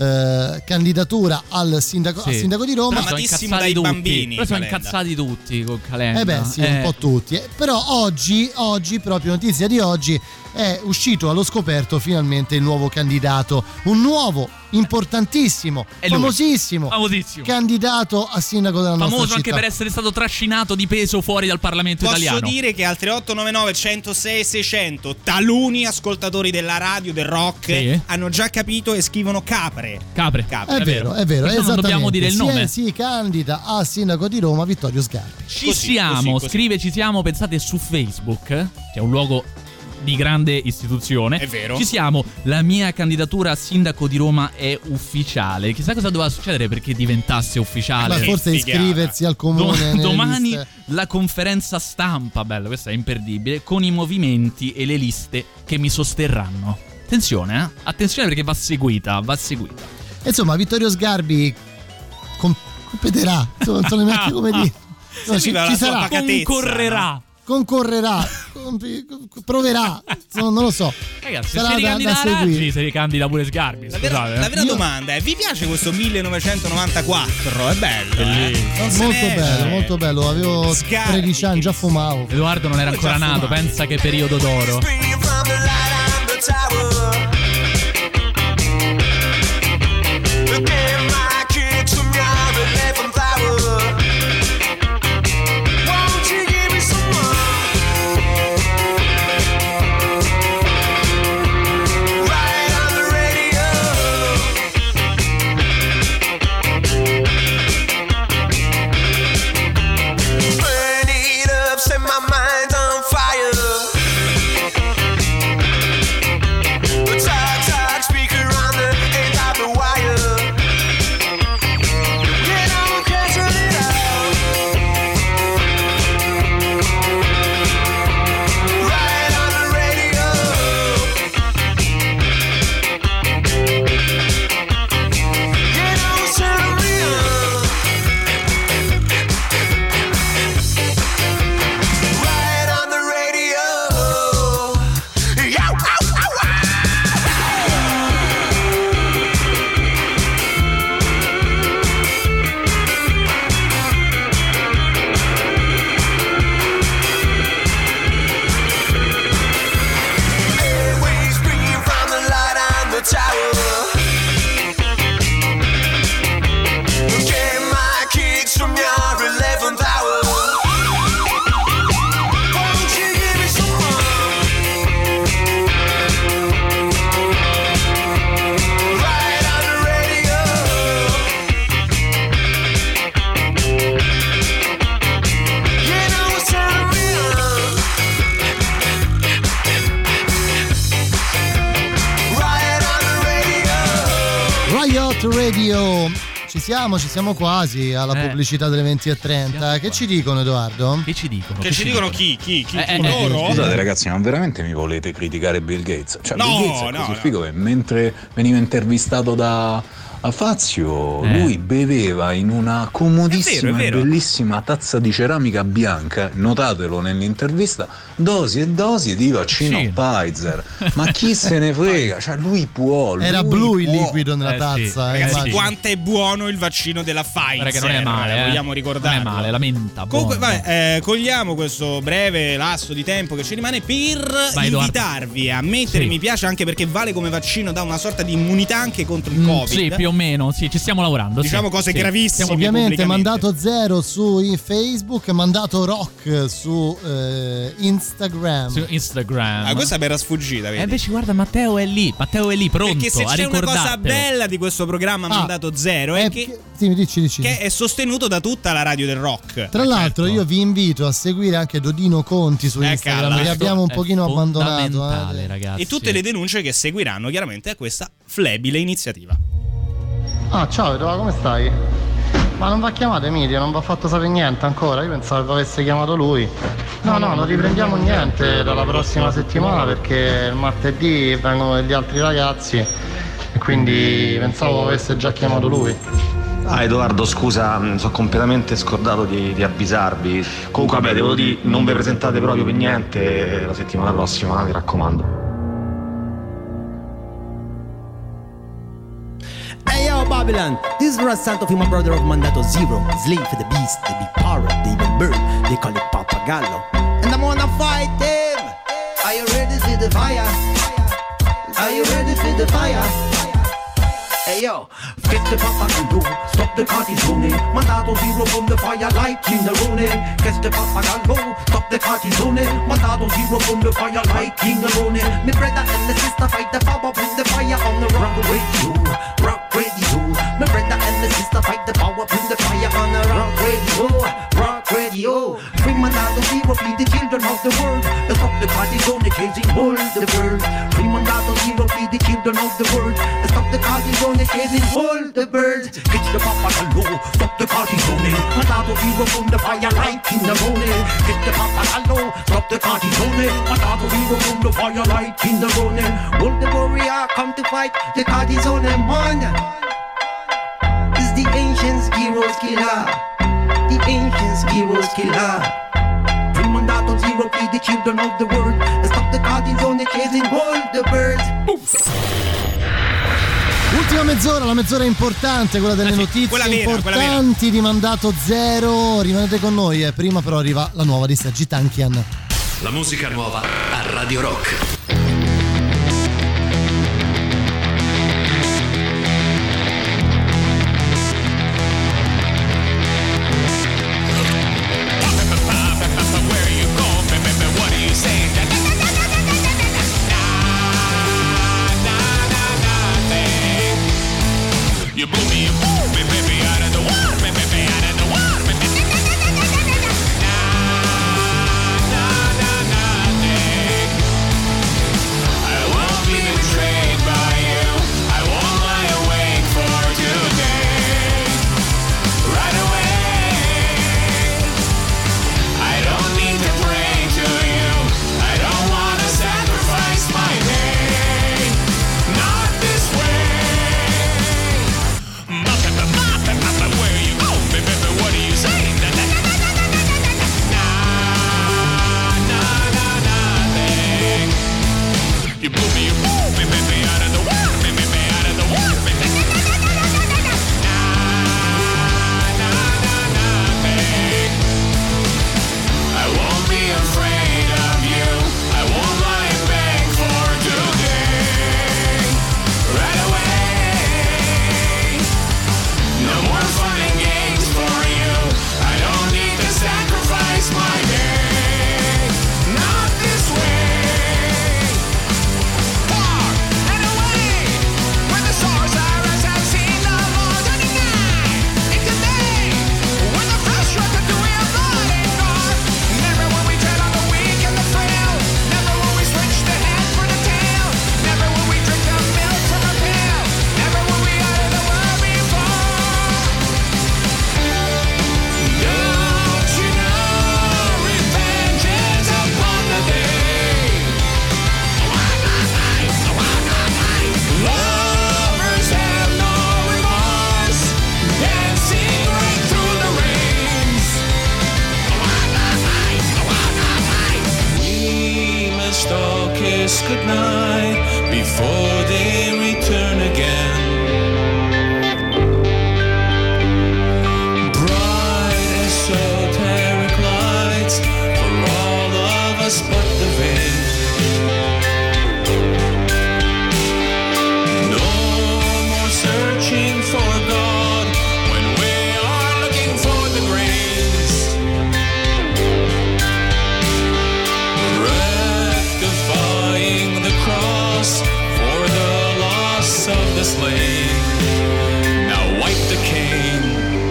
eh, candidatura al sindaco, Sì. al sindaco di Roma. Però sono Amatissimo incazzati dai tutti. bambini, Però sono Calenda. incazzati tutti con Calenda. Eh beh sì, un po' tutti. Eh, Però oggi, oggi, proprio notizia di oggi, è uscito allo scoperto finalmente il nuovo candidato. Un nuovo, importantissimo, È lui. famosissimo, Famosissimo. candidato a sindaco della nostra Famoso città. anche per essere stato trascinato di peso fuori dal Parlamento Posso italiano. dire che al tre otto nove nove uno zero sei sei zero zero taluni ascoltatori della radio del rock Sì. hanno già capito e scrivono capre. Capre. Capre. È vero, è vero, Perciò non esattamente. dobbiamo dire il Si è- nome. Si candida a sindaco di Roma Vittorio Sgarbi. Ci Così, siamo, così, così. scrive ci siamo, pensate su Facebook, che è un luogo di grande istituzione. È vero. Ci siamo, la mia candidatura a sindaco di Roma è ufficiale. Chissà cosa doveva succedere perché diventasse ufficiale. Ma che forse figata. iscriversi al comune. Do- nelle domani liste. la conferenza stampa, bello, questa è imperdibile, con i movimenti e le liste che mi sosterranno. Attenzione, eh? Attenzione perché va seguita, va seguita. Insomma, Vittorio Sgarbi com- competerà. Insomma, non so neanche come dire. No, ci, Serviva la ci sua sarà. pacatezza, Concorrerà. Concorrerà. compi- proverà. Insomma, non lo so. Ragazzi, se Sarà si da, ricandida da a Raggi, seguire. si ricandida pure Sgarbi. La vera, Scusate, la eh. vera Io- domanda è: vi piace questo millenovecentonovantaquattro? È bello, eh? Non se Molto ne bello, esce. molto bello. Avevo Sgarbi, tredici anni, che- già fumavo. Edoardo non era Come ancora già nato, fumato? pensa che periodo d'oro. Scream from the light on the tower. Again, my kids from your eleventh hour. Won't you give me some more? Right on the radio. Burn it up, set my mind on fire. Talk, talk, speaker on the end of the wire. Get on, cancel it out. Right on the radio. Get on, turn me on. Right on the radio. Yow, ow, ow, ow. Airwaves bringing from the light on the tower. Get my kicks from your eleventh hour. Won't you give me some more? Right on the radio. You know what's turning me on. Right on the radio. Riot Radio. Ci siamo, ci siamo quasi alla Eh. pubblicità delle venti e trenta. Che ci dicono, Edoardo? Che ci dicono? Che ci dicono chi? Chi? Chi? Eh, eh, Loro? Scusate ragazzi, ma veramente mi volete criticare Bill Gates? Cioè, No, Bill Gates è no, così no. figo che mentre veniva intervistato da, a Fazio Eh. lui beveva in una comodissima È vero, è vero. e bellissima tazza di ceramica bianca, notatelo nell'intervista, dosi e dosi di vaccino Sì. Pfizer. Ma chi se ne frega? Cioè lui può. Era lui blu il può. liquido nella Eh, sì. tazza. eh, Ragazzi, immagino. quanto è buono il vaccino della Pfizer. Guarda che non è male, eh. Vogliamo ricordare. Non è male, la menta. Comunque, buono. vabbè, eh, cogliamo questo breve lasso di tempo che ci rimane per Vai, Edoardo. invitarvi a mettere Sì. mi piace, anche perché vale come vaccino, da una sorta di immunità anche contro il Mm, Covid. sì, più o meno, sì, ci stiamo lavorando. Diciamo sì. cose Sì. gravissime. Ovviamente pubblicamente. mandato zero su Facebook, mandato rock su eh, Instagram. Su Instagram. Ah, questa mi era sfuggita, vedi? E invece guarda, Matteo è lì, Matteo è lì, pronto Perché se a c'è una cosa ricordartelo. bella di questo programma Ah, mandato zero è Eh, che, sì, dici, dici. che è sostenuto da tutta la radio del rock. Tra l'altro io vi invito a seguire anche Dodino Conti su Eh, Instagram, calla. che abbiamo un È pochino abbandonato. fondamentale, eh. ragazzi. E tutte le denunce che seguiranno chiaramente a questa flebile iniziativa. Ah, ciao Edoardo, come stai? Ma non va chiamato Emilio, non va fatto sapere niente ancora, io pensavo che avesse chiamato lui. No, no, non riprendiamo niente dalla prossima settimana perché il martedì vengono degli altri ragazzi e quindi pensavo avesse già chiamato lui. Ah Edoardo, scusa, mi sono completamente scordato di, di avvisarvi. Comunque vabbè, devo dire, non vi presentate proprio per niente la settimana prossima, mi raccomando. Hey yo, Babylon, this is Russ Santo for my brother of Mandato Zero. Slave for the beast, the big parrot, the evil bird, they call it Papagallo. And I'm gonna fight him. Are you ready for the fire? Are you ready for the fire? Hey yo, get the Papagallo, stop the cortisone. Mandato Zero from the fire like King Arone. Get the Papagallo, stop the cortisone. Mandato Zero from the fire like King Arone. My brother and the sister fight the power, bring the fire on the rock radio. Rock radio. My brother and the sister fight the power, bring the fire on the rock radio. Rock radio. Free Mandato Zero, feed the children of the world. Stop the cortisone, chasing all the world. Free Mandato Zero, feed the children of the world. Stop the cortisone, chasing all the birds. Get the Papagallo, stop the cortisone. Mandato Zero from the fire like in the morning. Get the Papagallo, stop the cortisone. Mandato Zero from the fire like in the morning. All the warrior come to fight the cortisone man. Is the ancients heroes killer? The ancients heroes killer. Free Mandato Zero, feed the children of the world. Stop the cortisone, chasing all the birds. Ultima mezz'ora, la mezz'ora importante, quella delle Ah, sì, notizie quella vera, quella vera. importanti di Mandato Zero. Rimanete con noi, eh. Prima però arriva la nuova di Sergi Tankian. La musica nuova a Radio Rock. You blew me, you blew me, baby, out of the water, baby, baby, out of the water, baby. Na, na, na, na, na, kiss goodnight before they return again. Bright esoteric lights for all of us but the vain. No more searching for God when we are looking for the grains. Rectifying the cross for the loss of the slain. Now wipe the cane.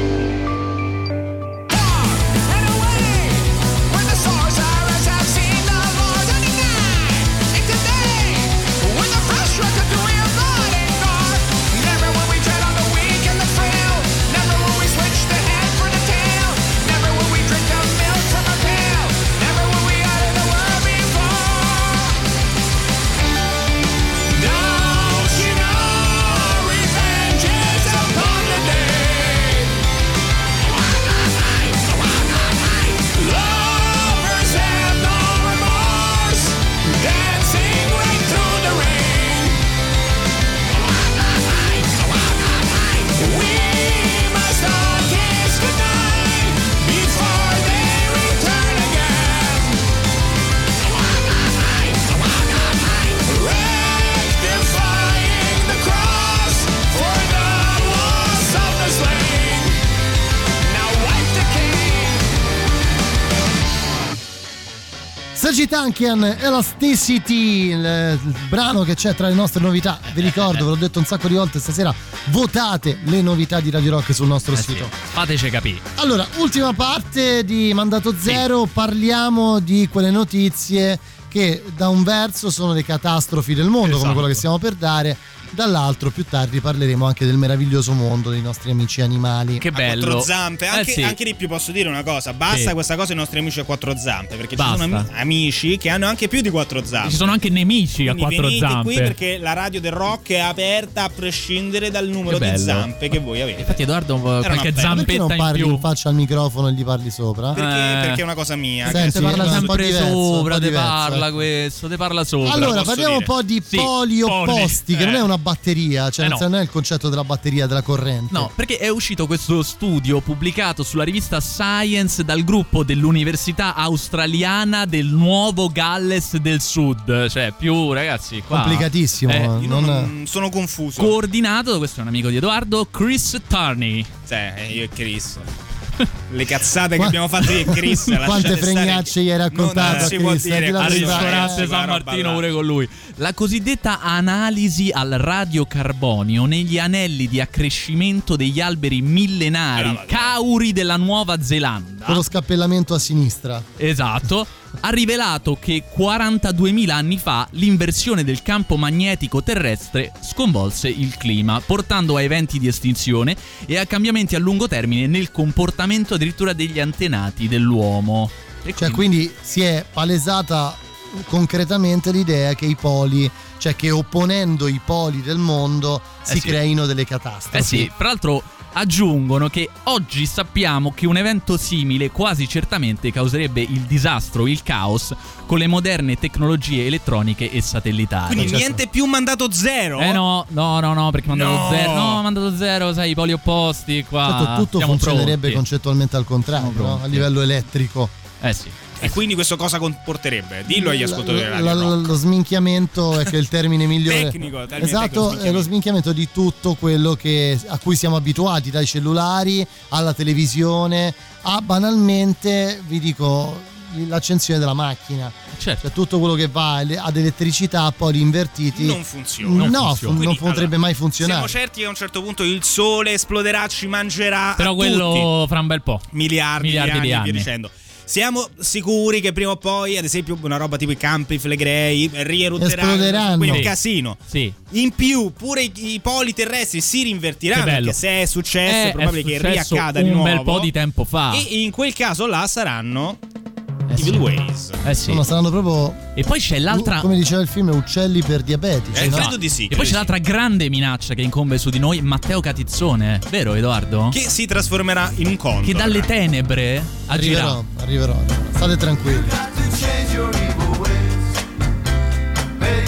Sagitankian, Elasticity, il, il brano che c'è tra le nostre novità. Vi ricordo, ve l'ho detto un sacco di volte stasera, votate le novità di Radio Rock sul nostro eh sito. Sì, fateci capire. Allora, ultima parte di Mandato Zero, sì. Parliamo di quelle notizie che da un verso sono le catastrofi del mondo, esatto, come quello che stiamo per dare. Dall'altro più tardi parleremo anche del meraviglioso mondo dei nostri amici animali. Che bello. A quattro zampe, anche, eh sì. anche di più posso dire una cosa, basta sì. questa cosa ai nostri amici a quattro zampe, perché basta. Ci sono am- amici che hanno anche più di quattro zampe. Ci sono anche nemici Quindi a quattro venite zampe. qui perché la radio del rock è aperta a prescindere dal numero di zampe che voi avete. Infatti Edoardo qualche zampetta perché non parli in più? in faccia al microfono e gli parli sopra? Perché, eh. perché è una cosa mia. Senti, te parla sempre diverso, sopra, te diverso, parla ecco. questo, te parla sopra. Allora parliamo dire. un po' di sì, poli opposti, che eh. non è una batteria, cioè eh no. no. non è il concetto della batteria, della corrente. No, perché è uscito questo studio pubblicato sulla rivista Science dal gruppo dell'Università Australiana del Nuovo Galles del Sud. Cioè, più ragazzi, qua complicatissimo. eh, Io non... non sono confuso. Coordinato, questo è un amico di Edoardo, Chris Tarney. Sì, io e Chris. Le cazzate che abbiamo fatto io e Chris. Quante fregnacce gli hai raccontato a Chris? Al ristorante San Martino pure con lui. La cosiddetta analisi al radiocarbonio negli anelli di accrescimento degli alberi millenari cauri della Nuova Zelanda. Con lo scappellamento a sinistra. Esatto. Ha rivelato che quarantaduemila anni fa l'inversione del campo magnetico terrestre sconvolse il clima, portando a eventi di estinzione e a cambiamenti a lungo termine nel comportamento addirittura degli antenati dell'uomo. E cioè quindi... quindi si è palesata concretamente l'idea che i poli, cioè che opponendo i poli del mondo si eh sì. creino delle catastrofi. Eh sì, tra l'altro aggiungono che oggi sappiamo che un evento simile quasi certamente causerebbe il disastro, il caos, con le moderne tecnologie elettroniche e satellitari. Quindi certo. niente più Mandato Zero? Eh no, no, no, no, perché Mandato no. Zero, no, Mandato Zero, sai, i poli opposti qua. Certo, tutto siamo funzionerebbe pronti. concettualmente al contrario, no? A livello elettrico. Eh sì. E quindi questo cosa comporterebbe? Dillo agli ascoltatori della la, Radio la, Rock. Lo sminchiamento è che il termine migliore. Tecnico, termine esatto, tecnico, è lo sminchiamento di tutto quello che, a cui siamo abituati, dai cellulari alla televisione a banalmente, vi dico, l'accensione della macchina. Certo. Cioè tutto quello che va ad elettricità, poi invertiti non funziona. No, non, funziona. Fun- non Quindi, potrebbe allora, mai funzionare. Siamo certi che a un certo punto il sole esploderà, ci mangerà. Però a quello tutti. fra un bel po'. Miliardi, Miliardi di anni, di e anni. via dicendo. Siamo sicuri che prima o poi, ad esempio, una roba tipo i Campi Flegrei rierutteranno, quindi un sì. casino. Sì. In più, pure i, i poli terrestri si rinvertiranno. Che bello. Perché se è successo, Eh, è probabile è che successo riaccada un di nuovo. bel po' di tempo fa. E in quel caso là saranno Eh Evil sì. Ways. Eh sì. No, saranno proprio. E poi c'è l'altra. Come diceva il film, uccelli per diabetici. Eh, no? credo di sì. E credo poi c'è di l'altra grande minaccia che incombe su di noi, Matteo Catizzone, vero Edoardo? sì. Che si trasformerà in un condor. Che dalle tenebre agirà. Arriverò, arriverò. State tranquilli. Change your evil ways.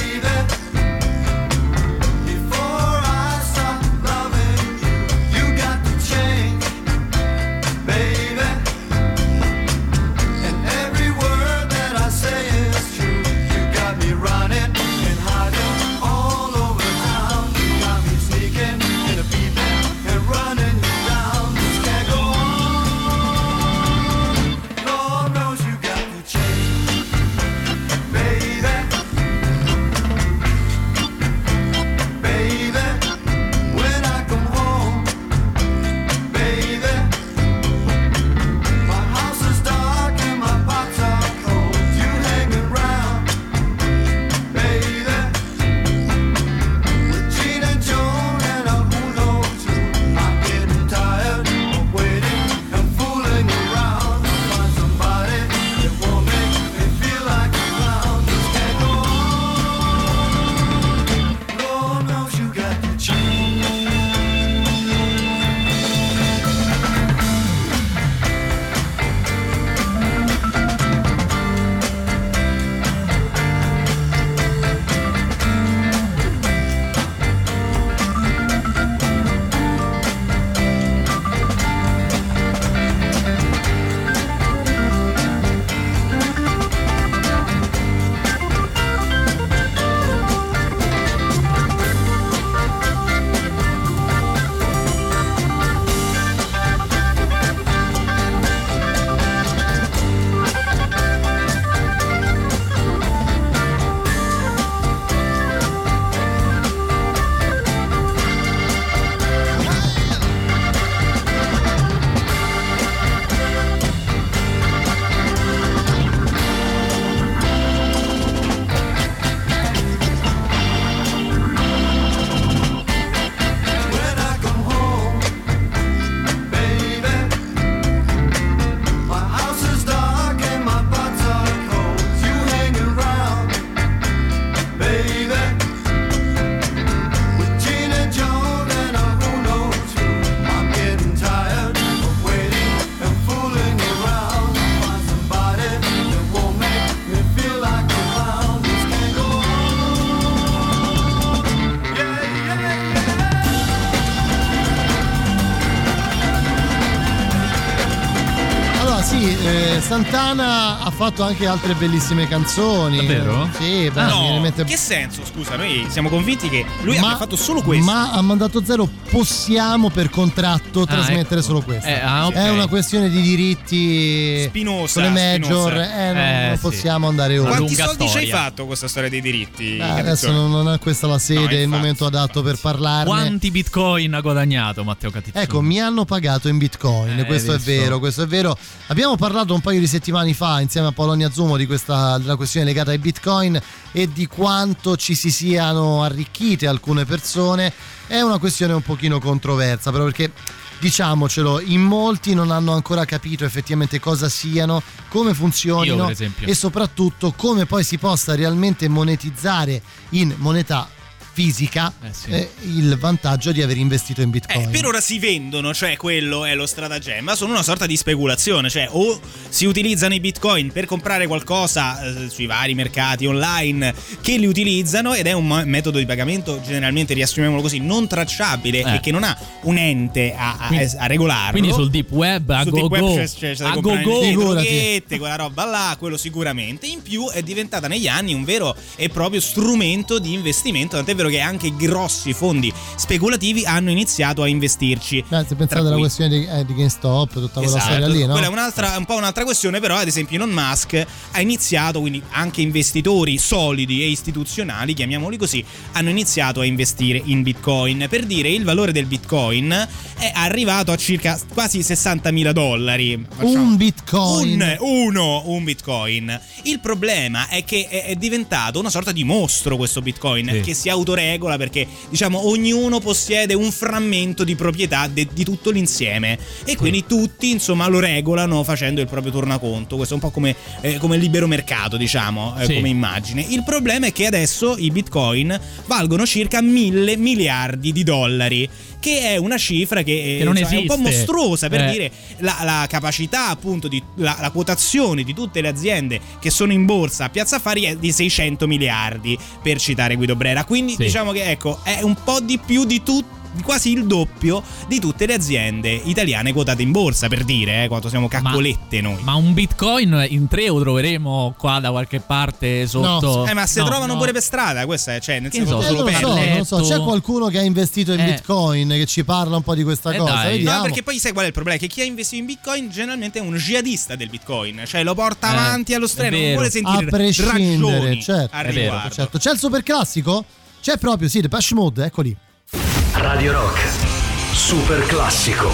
sì, eh, Santana ha fatto anche altre bellissime canzoni. Davvero? Sì, beh, Ah, no, mi viene in mente- che senso? Scusa, noi siamo convinti che lui Ma- abbia fatto solo questo. Ma a Mandato Zero possiamo per contratto Ah, trasmettere ecco. solo questo. Eh, ah, ok. È una questione di diritti Spinosa, con le major, spinosa. eh, non, Eh, non sì. possiamo andare oltre. Quanti soldi ci hai fatto con questa storia dei diritti? Eh, adesso Capezzone? non, non è questa la sede, No, il infatti, momento adatto per parlarne. Quanti bitcoin ha guadagnato Matteo Catizzone? Ecco, mi hanno pagato in bitcoin, Eh, questo è visto? vero, questo è vero. Abbiamo parlato un paio di settimane fa insieme a Polonia Zumo di questa della questione legata ai bitcoin e di quanto ci si siano arricchite alcune persone. È una questione un pochino controversa, però perché diciamocelo, in molti non hanno ancora capito effettivamente cosa siano, come Io, funzionino per esempio. e soprattutto come poi si possa realmente monetizzare in moneta fisica Eh, sì. eh, il vantaggio di aver investito in bitcoin. Eh, per ora si vendono, cioè quello è lo stratagemma, sono una sorta di speculazione, cioè o si utilizzano i bitcoin per comprare qualcosa eh, sui vari mercati online che li utilizzano ed è un mo- metodo di pagamento generalmente, riassumiamolo così, non tracciabile Eh. e che non ha un ente a, a- Quindi- a regolarlo. Quindi sul deep web a Sul go deep web go, c'è- c'è- c'è da a go comprare go, le Figurati. droghette, quella roba là, quello sicuramente. In più è diventata negli anni un vero e proprio strumento di investimento, tant'è vero che anche grossi fondi speculativi hanno iniziato a investirci. Eh, se pensate Tra alla cui- questione di, eh, di GameStop, tutta quella Esatto, storia lì, no? quella è un'altra, un po' un'altra questione, però ad esempio Elon Musk ha iniziato, quindi anche investitori solidi e istituzionali, chiamiamoli così, hanno iniziato a investire in Bitcoin. Per dire, il valore del Bitcoin è arrivato a circa quasi sessantamila dollari. Un Bitcoin. Un, uno, un Bitcoin. Il problema è che è, è diventato una sorta di mostro questo Bitcoin, Sì. che si autoregola perché, diciamo, ognuno possiede un frammento di proprietà de- di tutto l'insieme e quindi tutti, insomma, lo regolano facendo il proprio tornaconto. Questo è un po' come, eh, come il libero mercato, diciamo, eh, Sì. come immagine. Il problema è che adesso i Bitcoin valgono circa mille miliardi di dollari, che è una cifra che, eh, Che non insomma, è un po' esiste. mostruosa per Eh. dire la, la capacità, appunto, di la, la quotazione di tutte le aziende che sono in borsa a Piazza Affari è di seicento miliardi, per citare Guido Brera. Quindi Sì. diciamo che, ecco, è un po' di più di tutto, quasi il doppio di tutte le aziende italiane quotate in borsa, per dire, eh, quanto siamo caccolette noi. Ma un bitcoin in tre lo troveremo qua da qualche parte sotto. Eh, ma se No, trovano no. pure per strada, questa è, cioè, nel Che senso, so, Eh, solo non lo per so, non lo so, c'è letto. qualcuno che ha investito in Eh. Bitcoin che ci parla un po' di questa Eh, cosa, dai. vediamo. No, perché poi sai qual è il problema? Che chi ha investito in Bitcoin generalmente è un jihadista del Bitcoin, cioè lo porta Eh, avanti allo è streno, non vero. vuole a sentire prescindere, ragioni certo, al è vero, riguardo. certo. C'è il super classico? C'è proprio, sì, Depeche Mode, eccoli. Radio Rock, super classico.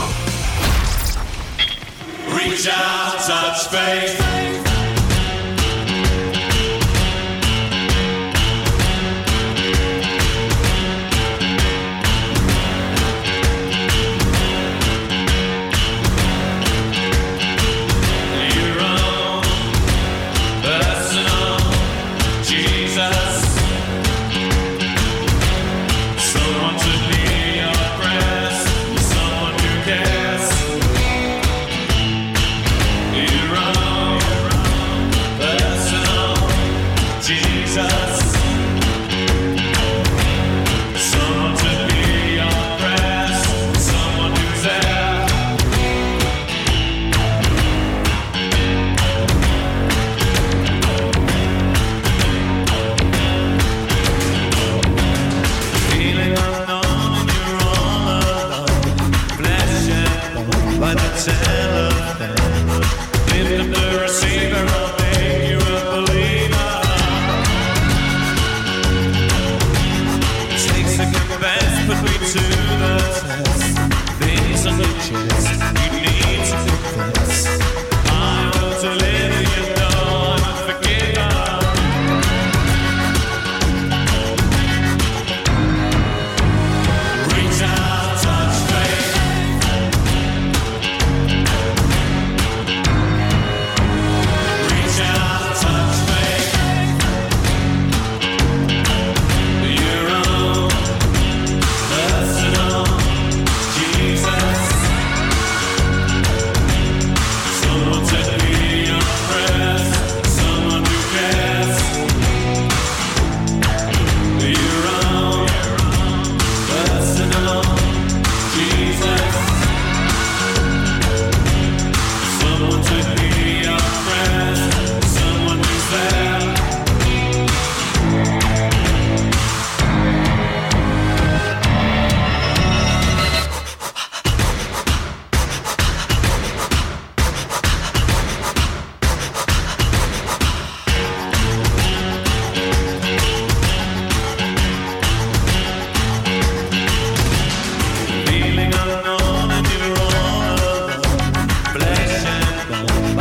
Reach out, touch faith. Your own personal Jesus. Someone to be your prayers, someone who cares. Your own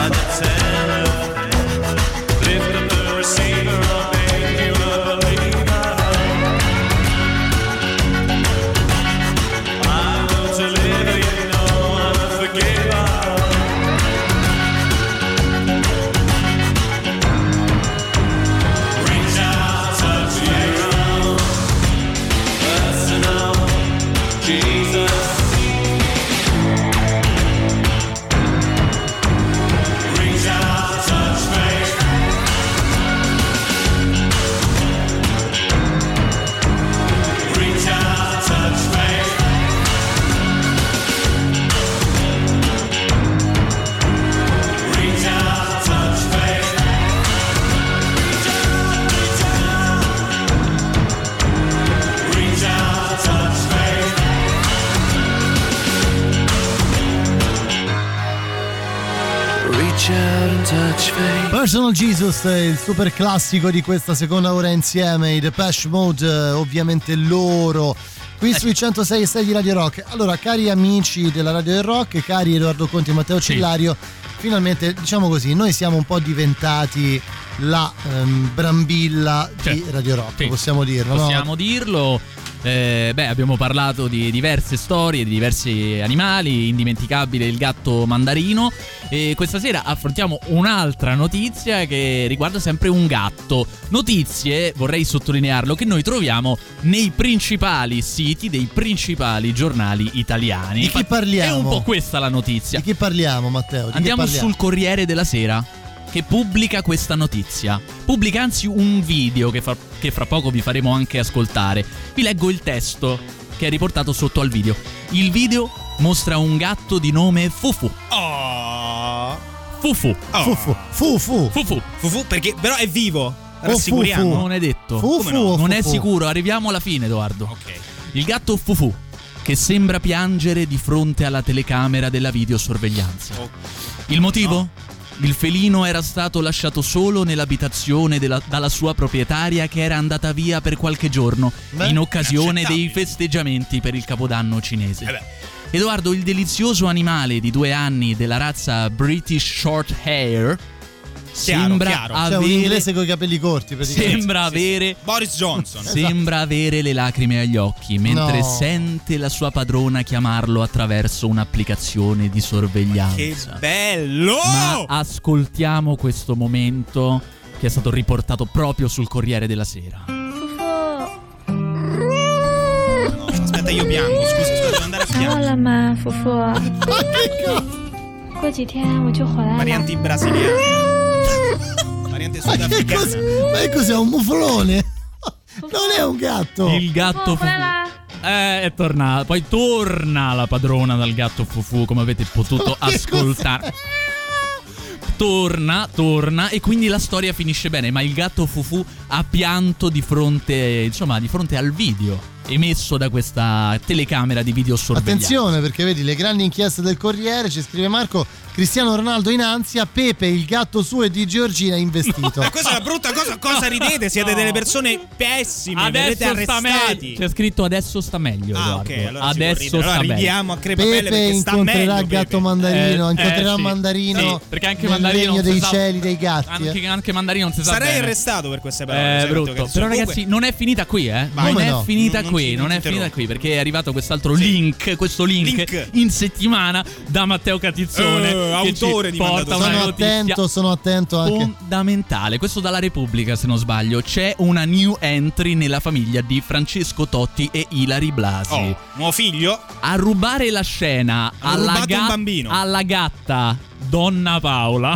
Personal Jesus, il super classico di questa seconda ora insieme, i Depeche Mode, ovviamente loro qui sui centosei e sei di Radio Rock. Allora, cari amici della Radio del Rock, cari Edoardo Conti e Matteo Cillario, sì. Finalmente, diciamo così, noi siamo un po' diventati la um, brambilla cioè, di Radio Rock, sì. Possiamo dirlo, possiamo no? dirlo. Eh, beh, abbiamo parlato di diverse storie, di diversi animali, indimenticabile il gatto mandarino, e questa sera affrontiamo un'altra notizia che riguarda sempre un gatto. Notizie, vorrei sottolinearlo, che noi troviamo nei principali siti dei principali giornali italiani. Di chi parliamo? È un po' questa la notizia. Di chi parliamo, Matteo? Di Andiamo chi parliamo? sul Corriere della Sera, che pubblica questa notizia. Pubblica anzi un video che, fa, che fra poco vi faremo anche ascoltare. Vi leggo il testo che è riportato sotto al video. Il video mostra un gatto di nome Fufu. Oh. Fufu. Oh. Fufu. Fufu. Fufu. Fufu perché però è vivo. Rassicuriamo. Fufu. Non è detto. Fufu no? o Non Fufu? è sicuro, arriviamo alla fine, Edoardo. Ok. Il gatto Fufu, che sembra piangere di fronte alla telecamera della videosorveglianza. Oh. Il motivo? No. Il felino era stato lasciato solo nell'abitazione della, dalla sua proprietaria, che era andata via per qualche giorno. Beh, in occasione dei festeggiamenti per il Capodanno cinese. Eh beh. Edoardo, il delizioso animale di due anni della razza British Short Hair Chiaro, sembra chiaro. avere, cioè un inglese con i capelli corti praticamente. Sembra sì, avere sì. Boris Johnson. Sembra avere le lacrime agli occhi mentre No. sente la sua padrona chiamarlo attraverso un'applicazione di sorveglianza. Che bello! Ma ascoltiamo questo momento che è stato riportato proprio sul Corriere della Sera. No, aspetta, io piango. Scusa, scusa, devo andare a 想我 piangere. 了吗，福福？ 过几天我就回来了。 Varianti brasiliane. Variante Ma che sudafricana. cos- ma che cos'è, un muflone? Non è un gatto. Il gatto Fufu eh, è tornato. Poi torna la padrona dal gatto Fufu, come avete potuto Ma che ascoltare. Torna, torna e quindi la storia finisce bene, ma il gatto Fufu ha pianto di fronte, insomma, di fronte al video emesso da questa telecamera di videosorveglianza. Attenzione, perché vedi le grandi inchieste del Corriere, ci scrive Marco: Cristiano Ronaldo in ansia, Pepe il gatto suo e di Giorgina investito. Ma questa è una brutta cosa. Cosa ridete? Siete No. delle persone pessime. Adesso Verrete sta arrestati. meglio. C'è scritto adesso sta meglio. Ah, Edoardo. ok. Allora adesso si può ridere. sta Allora meglio. ridiamo a crepapelle Pepe perché sta incontrerà meglio. il gatto Pepe. mandarino, Eh, incontrerà eh, sì. mandarino Sì, perché anche nel mandarino regno non si dei sa- cieli dei gatti. Anche, anche mandarino non si sa Sarei bene. arrestato per queste parole. È sai, brutto. Matteo, che Però comunque- ragazzi, non è finita qui, eh. Vai. non Come è no? finita Non- qui, non ci- non non è interrompo. finita qui, perché è arrivato quest'altro Sì. link, questo link, Link. in settimana da Matteo Catizzone, Eh, che autore ci di porta Mandato una Sono notizia attento, sono attento anche. fondamentale. Questo dalla Repubblica, se non sbaglio. C'è una new entry nella famiglia di Francesco Totti e Ilari Blasi. Oh, nuovo figlio? A rubare la scena Hanno alla, rubato ga- un bambino. alla gatta Donna Paola.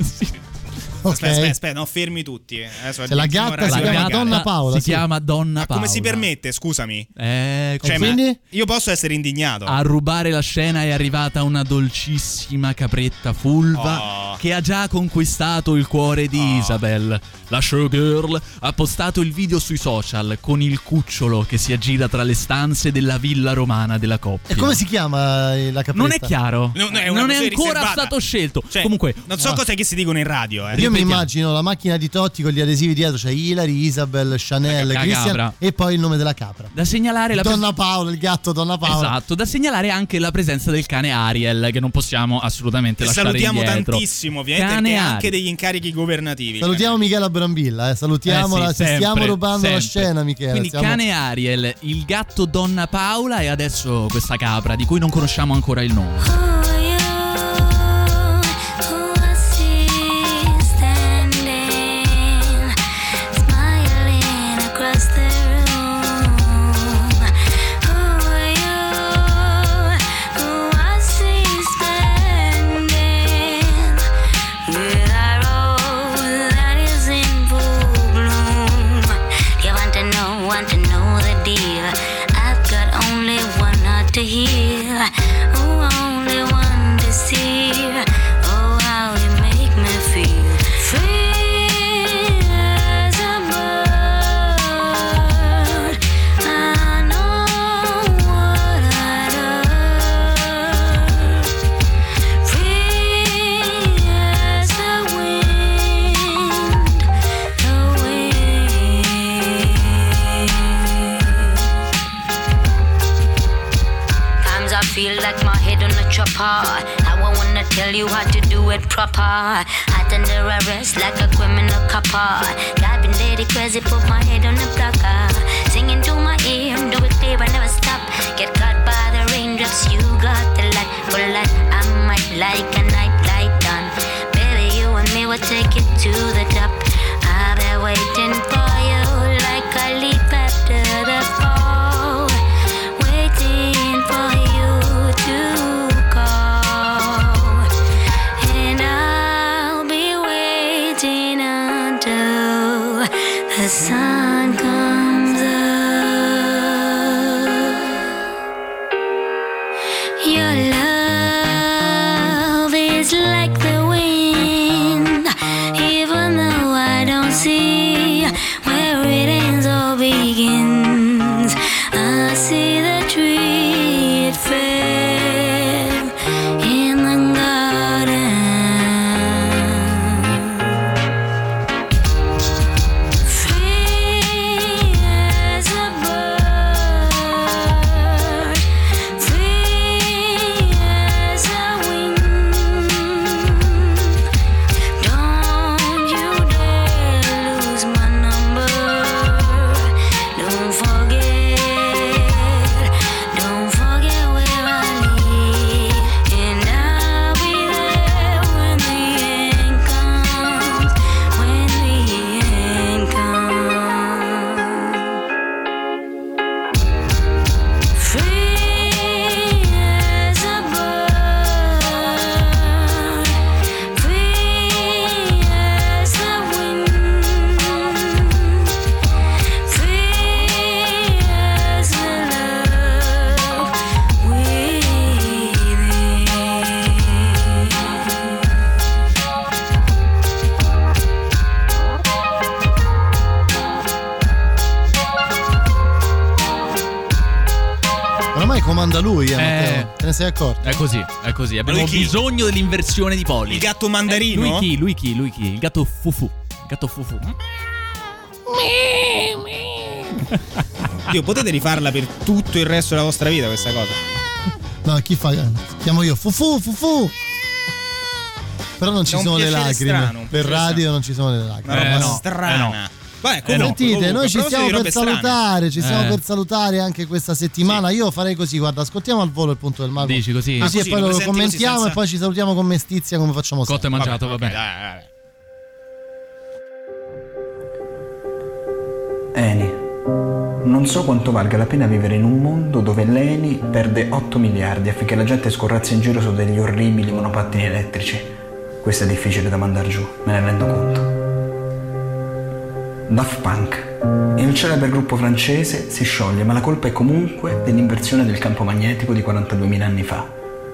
Ok. Aspetta, aspetta, aspetta, no, fermi tutti. eh. Adesso Se la continuo gatta a si chiama ragionare. Donna Paola, Si sì. chiama Donna Ma Paola. come si permette, scusami? Eh, Cioè, E ma quindi? io posso essere indignato. A rubare la scena è arrivata una dolcissima capretta fulva Oh. che ha già conquistato il cuore di Oh. Isabel. La showgirl ha postato il video sui social con il cucciolo che si aggira tra le stanze della villa romana della coppia. E come si chiama eh, la capretta? Non è chiaro. No, no, è una non è cosa ancora riservata. stato scelto. Cioè, Comunque, non so no. cose che si dicono in radio, eh. Io mi Ripetiamo. immagino la macchina di Totti con gli adesivi dietro, c'è Ilari, Isabel, Chanel, La Christian capra. e poi il nome della capra. da segnalare la Donna Paola, il gatto Donna Paola. Esatto, da segnalare anche la presenza del cane Ariel, che non possiamo assolutamente E lasciare salutiamo indietro. tantissimo massimo, ovviamente, perché ha anche degli incarichi governativi. Salutiamo Michela Brambilla, eh. salutiamola, Eh sì, ci stiamo sempre, rubando sempre. la scena, Michela. Quindi Siamo- cane Ariel, il gatto Donna Paola e adesso questa capra di cui non conosciamo ancora il nome. To hear, oh, only one to see. Oh, how you make me feel free as a bird. I know what I love. Free as the wind, the wind. I feel like my head on a chopper. How I wanna tell you how to do it proper. Hot under arrest like a criminal copper. I've been lady crazy, put my head on the blocker. Singing to my ear, do it clear, I never stop. Get caught by the raindrops, you got the light. For light, I might like a night light done. Baby, you and me will take it to the top. I've been waiting for you like a leap after the fall. Waiting for you to call, and I'll be waiting until the sun comes up. Your love is like the wind, even though I don't see where it ends or begins. I see the tree it fell in the garden. Free as a bird, free as a wind. Don't you dare lose my number. Don't forget, don't forget where I live, and I'll be there when the end comes, when the end comes. Free as a bird, free as the wind, free as the love Oramai comanda lui, eh, Eh. Matteo. Te ne sei accorto? È così, è così. Abbiamo lui chi? bisogno dell'inversione di poli. Il gatto mandarino? Eh, lui chi? Lui chi? Lui chi? Il gatto Fufu. Il gatto Fufu. Dio, potete rifarla per tutto il resto della vostra vita questa cosa? No, chi fa? Chiamo io. Fufu, fufu. Però non ci È un sono le piacere lacrime. strano, un per piacere radio non ci sono le lacrime. Una roba Eh, no, strana. eh, no. Vabbè, Eh, comunque, sentite, comunque, noi a ci proposito stiamo di per robe strane. salutare, ci stiamo Eh. per salutare anche questa settimana. Io farei così, guarda, ascoltiamo al volo il punto del mago. Dici così? Così Ah, e così, poi lo lo presenti così, commentiamo senza- e poi ci salutiamo con mestizia come facciamo Cotto e sempre. mangiato, va Ok, bene. dai, dai, dai. Eni, non so quanto valga la pena vivere in un mondo dove l'Eni perde otto miliardi affinché la gente scorrazzi in giro su degli orribili monopattini elettrici. Questo è difficile da mandar giù, me ne rendo conto. Daft Punk, il celebre gruppo francese, si scioglie, ma la colpa è comunque dell'inversione del campo magnetico di quarantaduemila anni fa.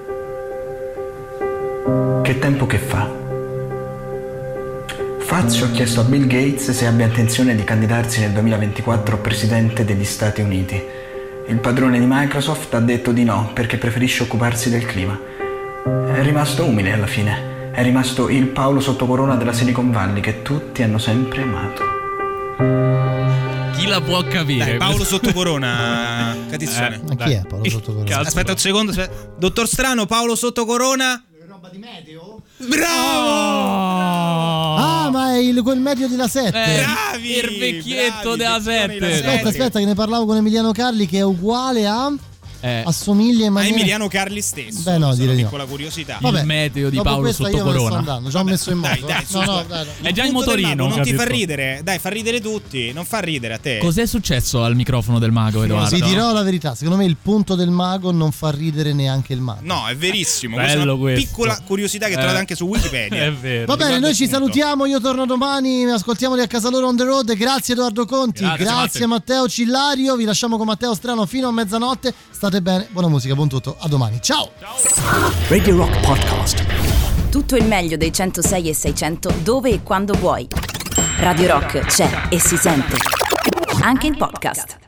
Che tempo che fa? Fazio ha chiesto a Bill Gates se abbia intenzione di candidarsi nel duemilaventiquattro presidente degli Stati Uniti. Il padrone di Microsoft ha detto di no perché preferisce occuparsi del clima. È rimasto umile alla fine. È rimasto il Paolo Sottocorona della Silicon Valley che tutti hanno sempre amato. Chi la può capire? Dai, Paolo Sottocorona, Catizzone. Eh, Ma chi è Paolo Sottocorona? Aspetta un secondo, aspetta. Dottor Strano, Paolo Sottocorona. Roba di meteo? Bravo! il, quel medio della sette. Eh, bravi, il vecchietto bravi, della vecchioni sette. Aspetta, aspetta, che ne parlavo con Emiliano Carli, che è uguale a. Eh. Assomiglia in A maniera. Emiliano Carli stesso. Beh, no, questa è direi una di no. piccola curiosità. Vabbè, il meteo di dopo Paolo questa io me ne sto Sottocorona. andando, ci ho messo in moto. Dai, dai, su, no, su. no, dai, È già in punto del motorino. mago non ti fa capito? ridere. Dai, fa ridere tutti. Non fa ridere a te. Cos'è successo al microfono del mago, Edoardo? Vi dirò la verità, secondo me il punto del mago non fa ridere neanche il mago. No, è verissimo. Bello Questa è una questo. piccola curiosità che Eh. trovate anche su Wikipedia. È vero. Va bene, Riguardo noi il ci punto. salutiamo, io torno domani, ascoltiamoli a casa loro on the road. Grazie Edoardo Conti, Grazie, grazie Matteo Cillario, vi lasciamo con Matteo Strano fino a mezzanotte. State bene, buona musica, buon tutto, a domani. Ciao. Radio Rock Podcast. Tutto il meglio dei centosei e seicento dove e quando vuoi. Radio Rock c'è e si sente. Anche in podcast.